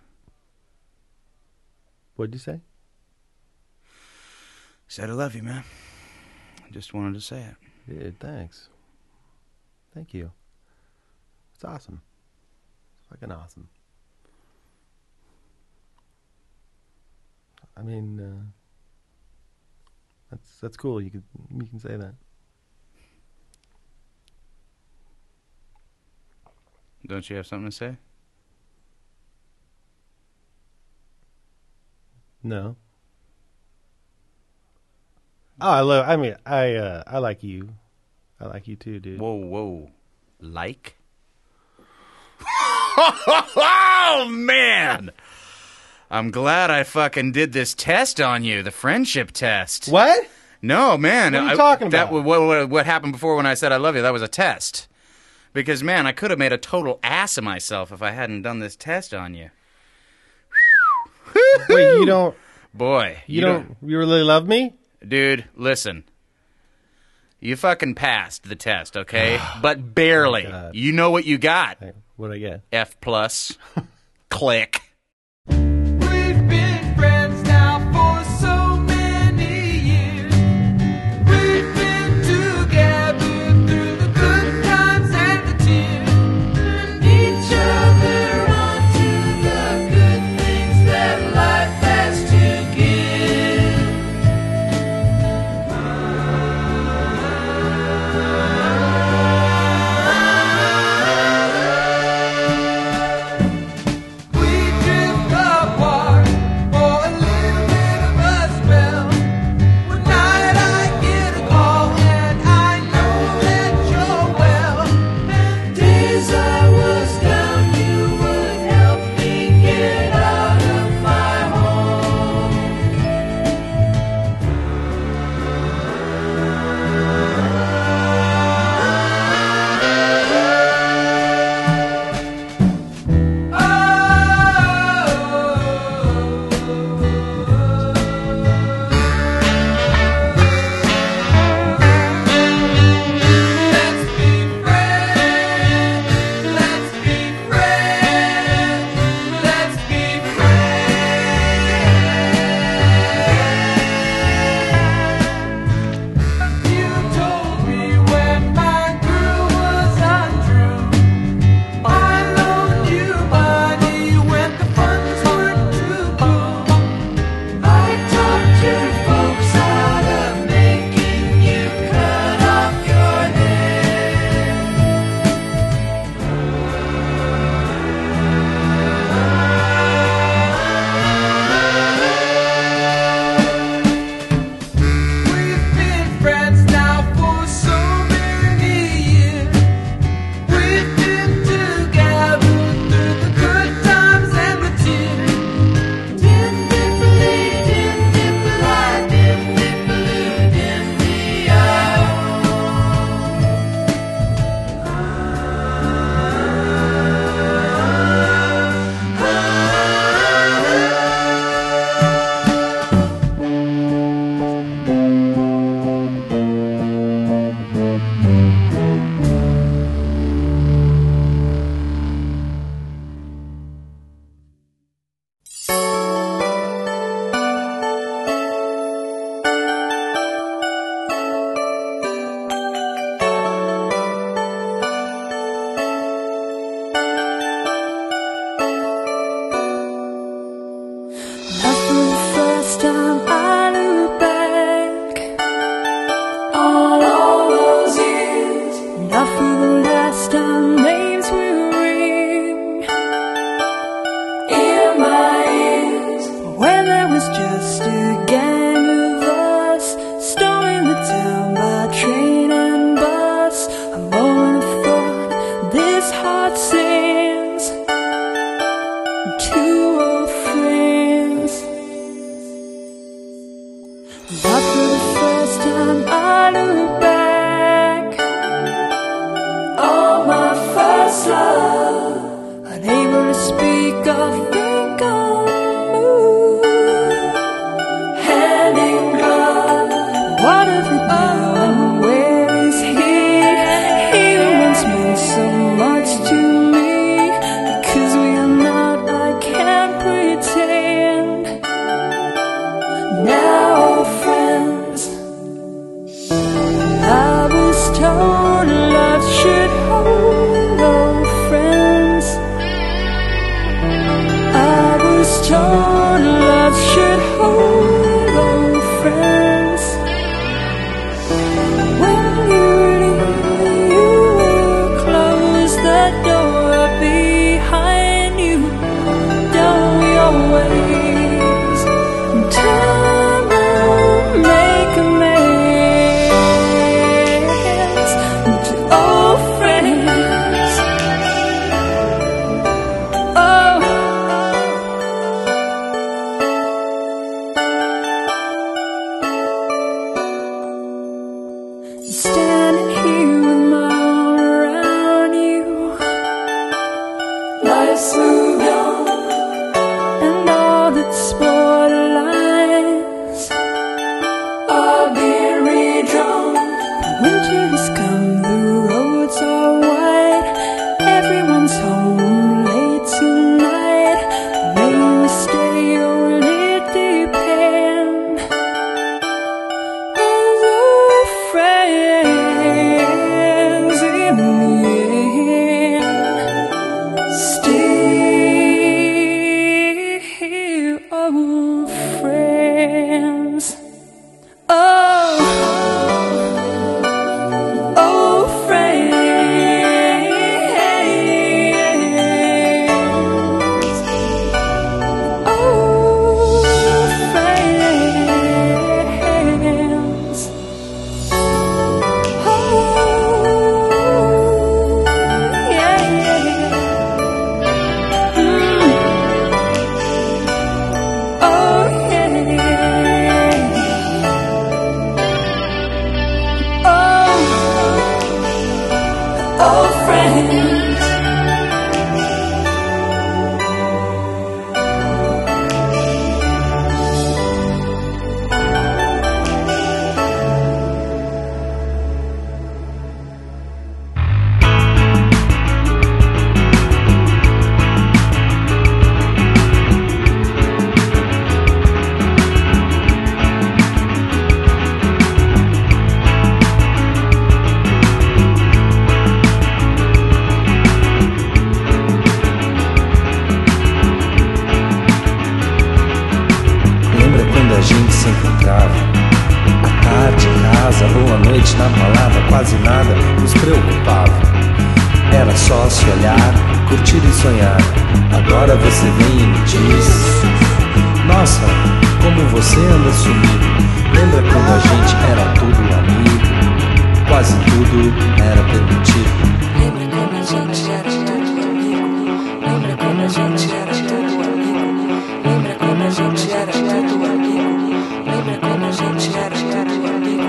Speaker 16: What'd you say?
Speaker 17: Said I love you, man. I just wanted to say it.
Speaker 16: Yeah, thanks. Thank you. It's awesome. It's fucking awesome. I mean, that's cool. You can say that.
Speaker 17: Don't you have something to say?
Speaker 16: No. Oh, I like you. I like you too, dude.
Speaker 17: Whoa. Like? Oh, man! I'm glad I fucking did this test on you, the friendship test.
Speaker 16: What?
Speaker 17: No, man.
Speaker 16: What are you talking about?
Speaker 17: What happened before when I said I love you, that was a test. Because, man, I could have made a total ass of myself if I hadn't done this test on you.
Speaker 16: Wait, you don't...
Speaker 17: Boy.
Speaker 16: You really love me?
Speaker 17: Dude, listen. You fucking passed the test, okay? But barely.
Speaker 16: Oh,
Speaker 17: you know what you got.
Speaker 16: What'd I get?
Speaker 17: F+. Click.
Speaker 14: We've been friends now.
Speaker 9: first time I look back on all those years, not for the last time names will ring in my ears, when there was just a gang of us storming the town by train and bus. A moment of thought, this heart sings to old friends. Not for the first time I look back on my first love, unable to speak or think or move, hand in glove. What of it now and where is he? He who once meant so much to me, because we are not, I can't pretend. Now friends, I was told love should hold old friends. I was told love should hold old friends. When you leave, you will close the door behind you. Don't we always turn and make amends to old friends? Oh, standing here with my arm around you, life's moved on, and all that's spoiled lines are being redrawn. Winter has come, the roads are wide, everyone's home late tonight. May we stay or will it depend? As old friends in the end, still old friends. Oh, old friends. Old friends. Oh, yeah. Oh, yeah. Oh, friends.
Speaker 18: Lembra quando a gente se encontrava? À tarde em casa ou à noite na balada, quase nada nos preocupava. Era só se olhar, curtir e sonhar. Agora você vem e me diz: nossa, como você anda sumido. Lembra quando a gente era tudo amigo? Quase tudo era permitido.
Speaker 9: Lembra quando a gente era tudo amigo? Lembra quando a gente era tudo amigo? Lembra quando a gente era tudo amigo? Lembra quando a gente era tudo amigo?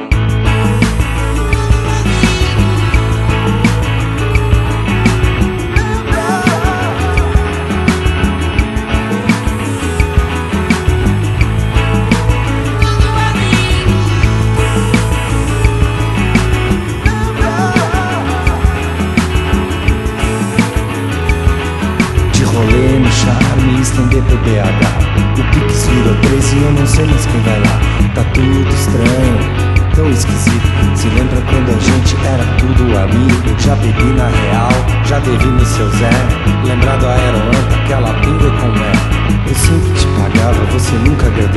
Speaker 18: De rolê no charme, estender pro BH. O Pix virou 13 e eu não sei mais quem vai lá. Tá tudo estranho, tão esquisito. Se lembra quando a gente era tudo amigo? Já bebi na real, já devi no seu Zé. Lembrar do Aeroanta, aquela pinga com mel. Eu sempre te pagava, você nunca agradeceu.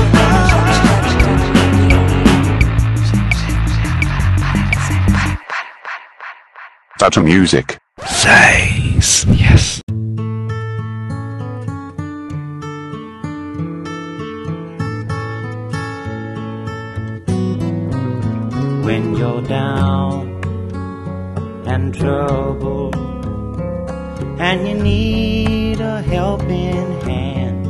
Speaker 15: Tata Music.
Speaker 18: Seis. Yes.
Speaker 19: When you're down and troubled and you need a helping hand.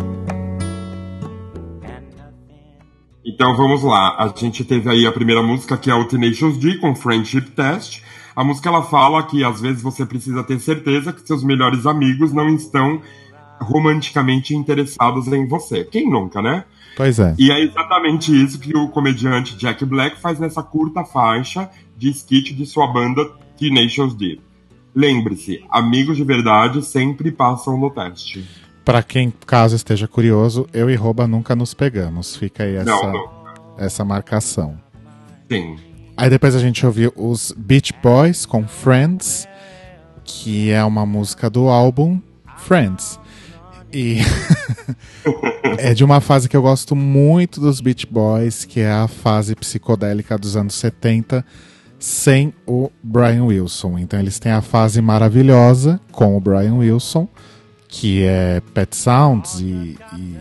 Speaker 3: Então vamos lá, a gente teve aí a primeira música, que é o Tenacious D com Friendship Test. A música ela fala que às vezes você precisa ter certeza que seus melhores amigos não estão romanticamente interessados em você. Quem nunca, né?
Speaker 2: Pois é.
Speaker 3: E é exatamente isso que o comediante Jack Black faz nessa curta faixa de skit de sua banda Tenacious D. Lembre-se, amigos de verdade sempre passam no teste.
Speaker 2: Pra quem, caso esteja curioso, eu e Roba nunca nos pegamos. Fica aí essa marcação.
Speaker 3: Sim.
Speaker 2: Aí depois a gente ouviu os Beach Boys com Friends, que é uma música do álbum Friends. E é de uma fase que eu gosto muito dos Beach Boys, que é a fase psicodélica dos anos 70, sem o Brian Wilson. Então eles têm a fase maravilhosa com o Brian Wilson, que é Pet Sounds e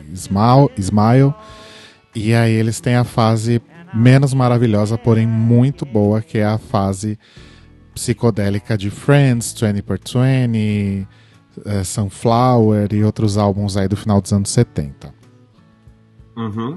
Speaker 2: Smile. E aí eles têm a fase menos maravilhosa, porém muito boa, que é a fase psicodélica de Friends, 20x20, Sunflower e outros álbuns aí do final dos anos 70.
Speaker 3: Uhum.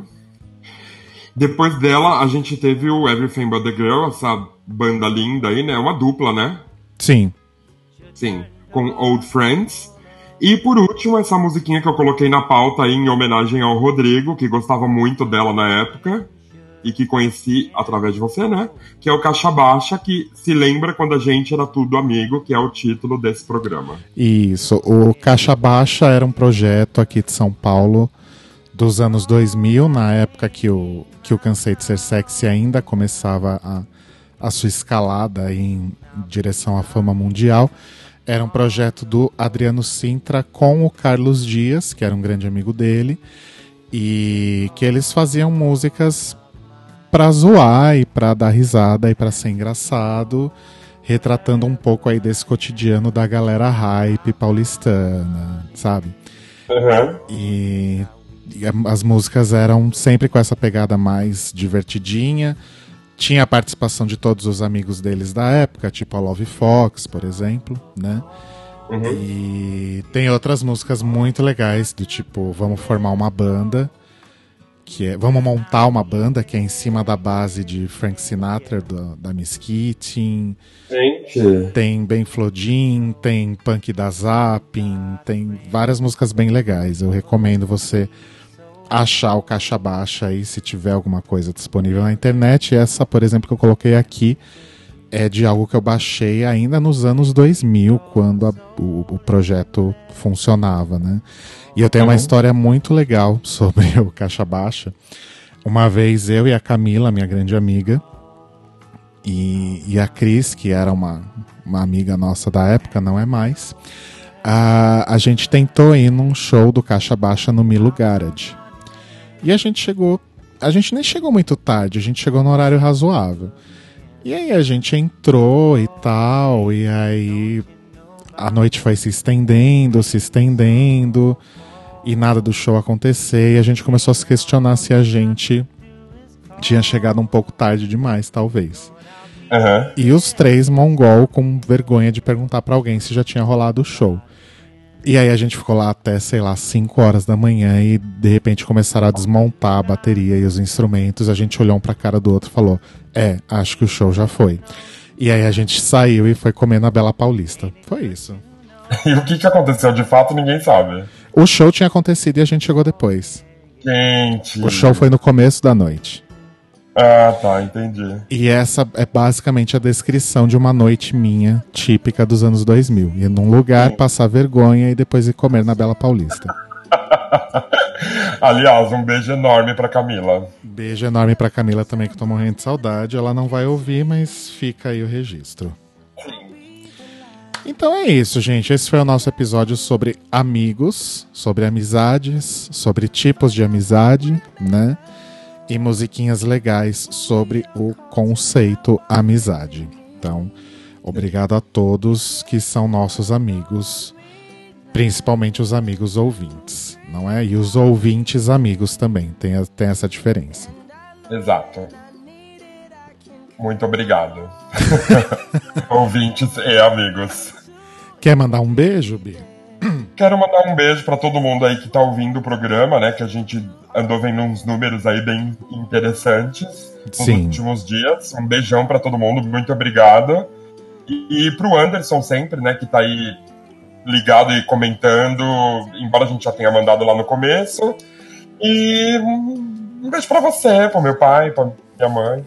Speaker 3: Depois dela, a gente teve o Everything But The Girl, essa banda linda aí, né? Uma dupla, né?
Speaker 2: Sim.
Speaker 3: Sim, com Old Friends. E por último, essa musiquinha que eu coloquei na pauta aí em homenagem ao Rodrigo, que gostava muito dela na época, e que conheci através de você, né? Que é o Caixa Baixa, que se lembra quando a gente era tudo amigo, que é o título desse programa.
Speaker 2: Isso, o Caixa Baixa era um projeto aqui de São Paulo dos anos 2000, na época que o Cansei de Ser Sexy ainda começava a sua escalada em direção à fama mundial. Era um projeto do Adriano Sintra com o Carlos Dias, que era um grande amigo dele, e que eles faziam músicas pra zoar e pra dar risada e pra ser engraçado, retratando um pouco aí desse cotidiano da galera hype paulistana, sabe?
Speaker 3: Uhum.
Speaker 2: E as músicas eram sempre com essa pegada mais divertidinha. Tinha a participação de todos os amigos deles da época, tipo a Love Fox, por exemplo, né?
Speaker 3: Uhum.
Speaker 2: E tem outras músicas muito legais, do tipo Vamos Formar uma Banda, que é Vamos Montar uma Banda, que é em cima da base de Frank Sinatra, da Miss Keating.
Speaker 3: Gente.
Speaker 2: Tem Ben Flodin, tem Punk da Zapping, tem várias músicas bem legais. Eu recomendo você achar o Caixa Baixa aí, se tiver alguma coisa disponível na internet. Essa, por exemplo, que eu coloquei aqui, é de algo que eu baixei ainda nos anos 2000, quando o projeto funcionava, né? E eu tenho uma história muito legal sobre o Caixa Baixa. Uma vez eu e a Camila, minha grande amiga, e a Cris, que era uma amiga nossa da época, não é mais, a gente tentou ir num show do Caixa Baixa no Milo Garage. E a gente nem chegou muito tarde, a gente chegou no horário razoável. E aí a gente entrou e tal, e aí a noite foi se estendendo, e nada do show acontecer, e a gente começou a se questionar se a gente tinha chegado um pouco tarde demais, talvez.
Speaker 3: Uhum.
Speaker 2: E os três mongol com vergonha de perguntar pra alguém se já tinha rolado o show. E aí a gente ficou lá até, sei lá, 5 horas da manhã e de repente começaram a desmontar a bateria e os instrumentos. A gente olhou um pra cara do outro e falou, acho que o show já foi. E aí a gente saiu e foi comer na Bela Paulista. Foi isso.
Speaker 3: E o que aconteceu de fato, ninguém sabe.
Speaker 2: O show tinha acontecido e a gente chegou depois.
Speaker 3: Gente.
Speaker 2: O show foi no começo da noite.
Speaker 3: Ah, tá, entendi.
Speaker 2: E essa é basicamente a descrição de uma noite minha, típica dos anos 2000. Ir num lugar, passar vergonha e depois ir comer na Bela Paulista.
Speaker 3: Aliás, um beijo enorme pra Camila.
Speaker 2: Beijo enorme pra Camila também, que tô morrendo de saudade. Ela não vai ouvir, mas fica aí o registro. Então é isso, gente. Esse foi o nosso episódio sobre amigos, sobre amizades, sobre tipos de amizade, né? E musiquinhas legais sobre o conceito amizade. Então, obrigado a todos que são nossos amigos, principalmente os amigos ouvintes, não é? E os ouvintes amigos também, tem essa diferença.
Speaker 3: Exato. Muito obrigado. Ouvintes e amigos.
Speaker 2: Quer mandar um beijo, Bi?
Speaker 3: Quero mandar um beijo pra todo mundo aí que tá ouvindo o programa, né? Que a gente andou vendo uns números aí bem interessantes nos últimos dias. Um beijão pra todo mundo, muito obrigado. E pro Anderson sempre, né? Que tá aí ligado e comentando, embora a gente já tenha mandado lá no começo. E um beijo pra você, pro meu pai, pra minha mãe.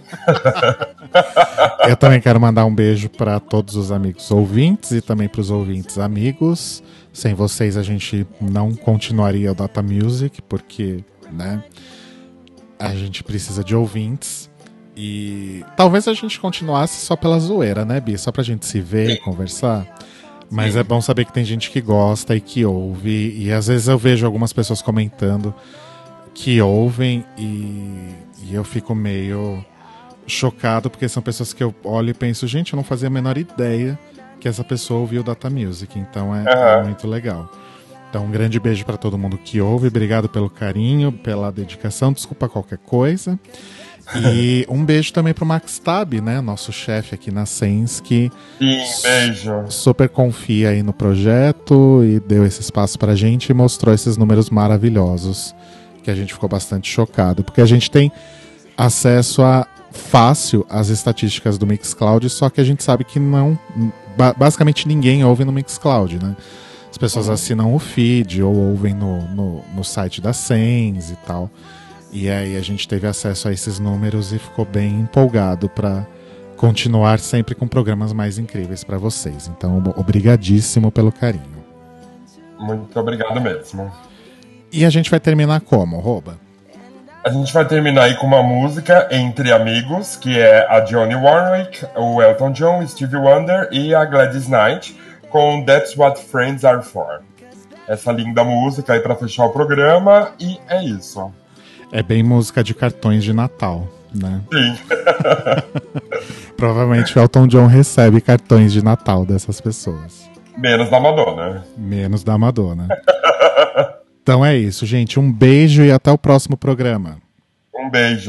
Speaker 2: Eu também quero mandar um beijo para todos os amigos ouvintes e também para os ouvintes amigos. Sem vocês a gente não continuaria o Data Music, porque, né, a gente precisa de ouvintes. E talvez a gente continuasse só pela zoeira, né, Bi? Só pra gente se ver e conversar. Mas é bom saber que tem gente que gosta e que ouve. E às vezes eu vejo algumas pessoas comentando que ouvem e eu fico meio chocado, porque são pessoas que eu olho e penso, gente, eu não fazia a menor ideia que essa pessoa ouviu Data Music, então é muito legal. Então um grande beijo para todo mundo que ouve, obrigado pelo carinho, pela dedicação, desculpa qualquer coisa. E um beijo também pro Max Tab, né, nosso chefe aqui na Sens, que
Speaker 3: beijo.
Speaker 2: Super confia aí no projeto e deu esse espaço pra gente e mostrou esses números maravilhosos, que a gente ficou bastante chocado, porque a gente tem acesso fácil às estatísticas do Mixcloud, só que a gente sabe que não, basicamente ninguém ouve no Mixcloud, né? As pessoas assinam o feed ou ouvem no site da Sens e tal. E aí a gente teve acesso a esses números e ficou bem empolgado para continuar sempre com programas mais incríveis para vocês. Então, obrigadíssimo pelo carinho.
Speaker 3: Muito obrigado mesmo.
Speaker 2: E a gente vai terminar como, Roba?
Speaker 3: A gente vai terminar aí com uma música entre amigos, que é a Dionne Warwick, o Elton John, Stevie Wonder e a Gladys Knight, com That's What Friends Are For. Essa linda música aí pra fechar o programa, e é isso.
Speaker 2: É bem música de cartões de Natal, né?
Speaker 3: Sim.
Speaker 2: Provavelmente o Elton John recebe cartões de Natal dessas pessoas.
Speaker 3: Menos da Madonna.
Speaker 2: Menos da Madonna. Então é isso, gente. Um beijo e até o próximo programa.
Speaker 3: Um beijo.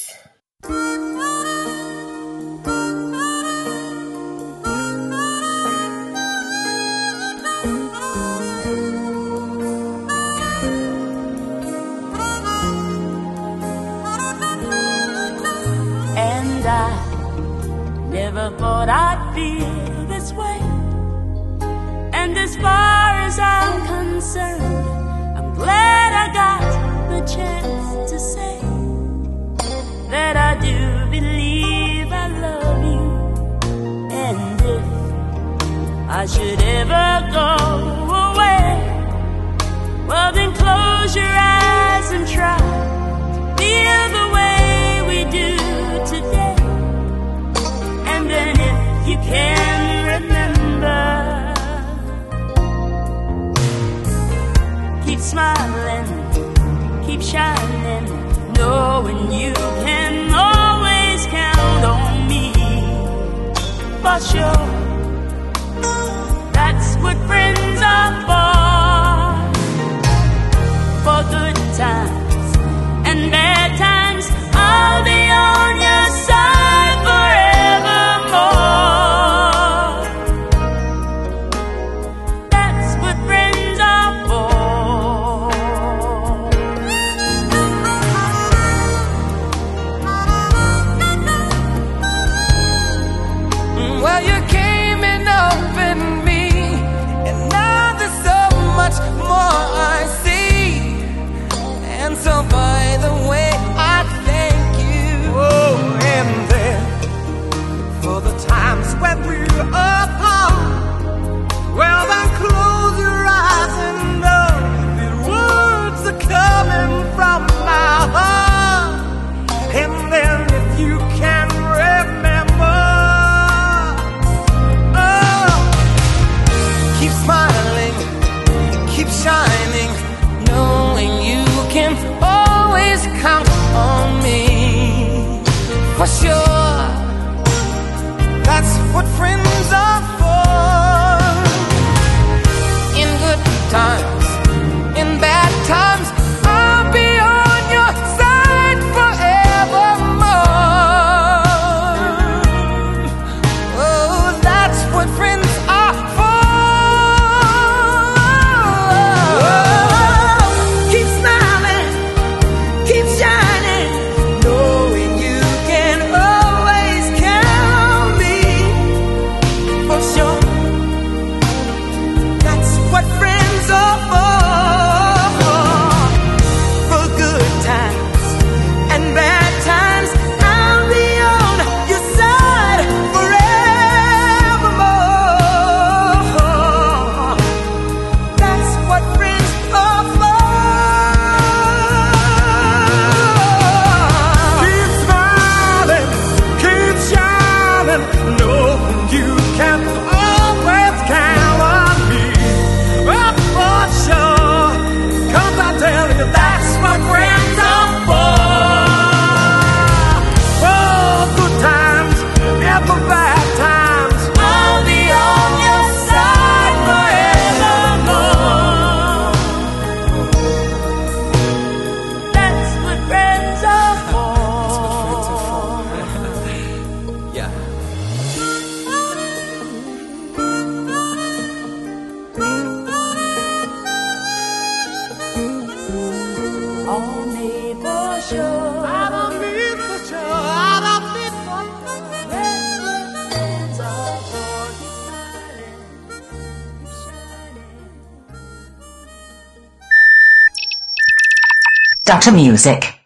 Speaker 9: And I never thought I'd feel this way. And as far as I'm concerned, I'm glad I got the chance to say that I do believe I love you. And if I should ever go away, well then close your eyes and try to feel the way we do today. And then if you can remember, keep smiling, keep shining, knowing you can always count on me. For sure, that's what friends are for good times and bad times, I'll be on your side forevermore. That's what friends
Speaker 8: So by the way, I thank you. Oh, and then for the times when we're apart, well then close your eyes and know the words are coming from my heart. And then if you can remember, oh, keep smiling, keep shining, knowing you can always count on me. For sure, that's what friends are for. In good times, in bad times, I'll be on your side forevermore. Oh, that's what friends are for. Keep smiling, keep shining, knowing you can always count on me. For sure, that's what friends are for. For good times and bad times, I'll be on your side forevermore. That's what friends are for. Keep smiling, keep shining, knowing you can always count on me. Oh, for sure, 'cause I tell you that's what friends are for. For good times and for bad times, I'll be on your side forevermore. That's what friends are for. Yeah. Only for sure. I don't need for sure. I don't need for sure. That's what friends are for. Keep smiling, keep shining.
Speaker 7: Dr. Music.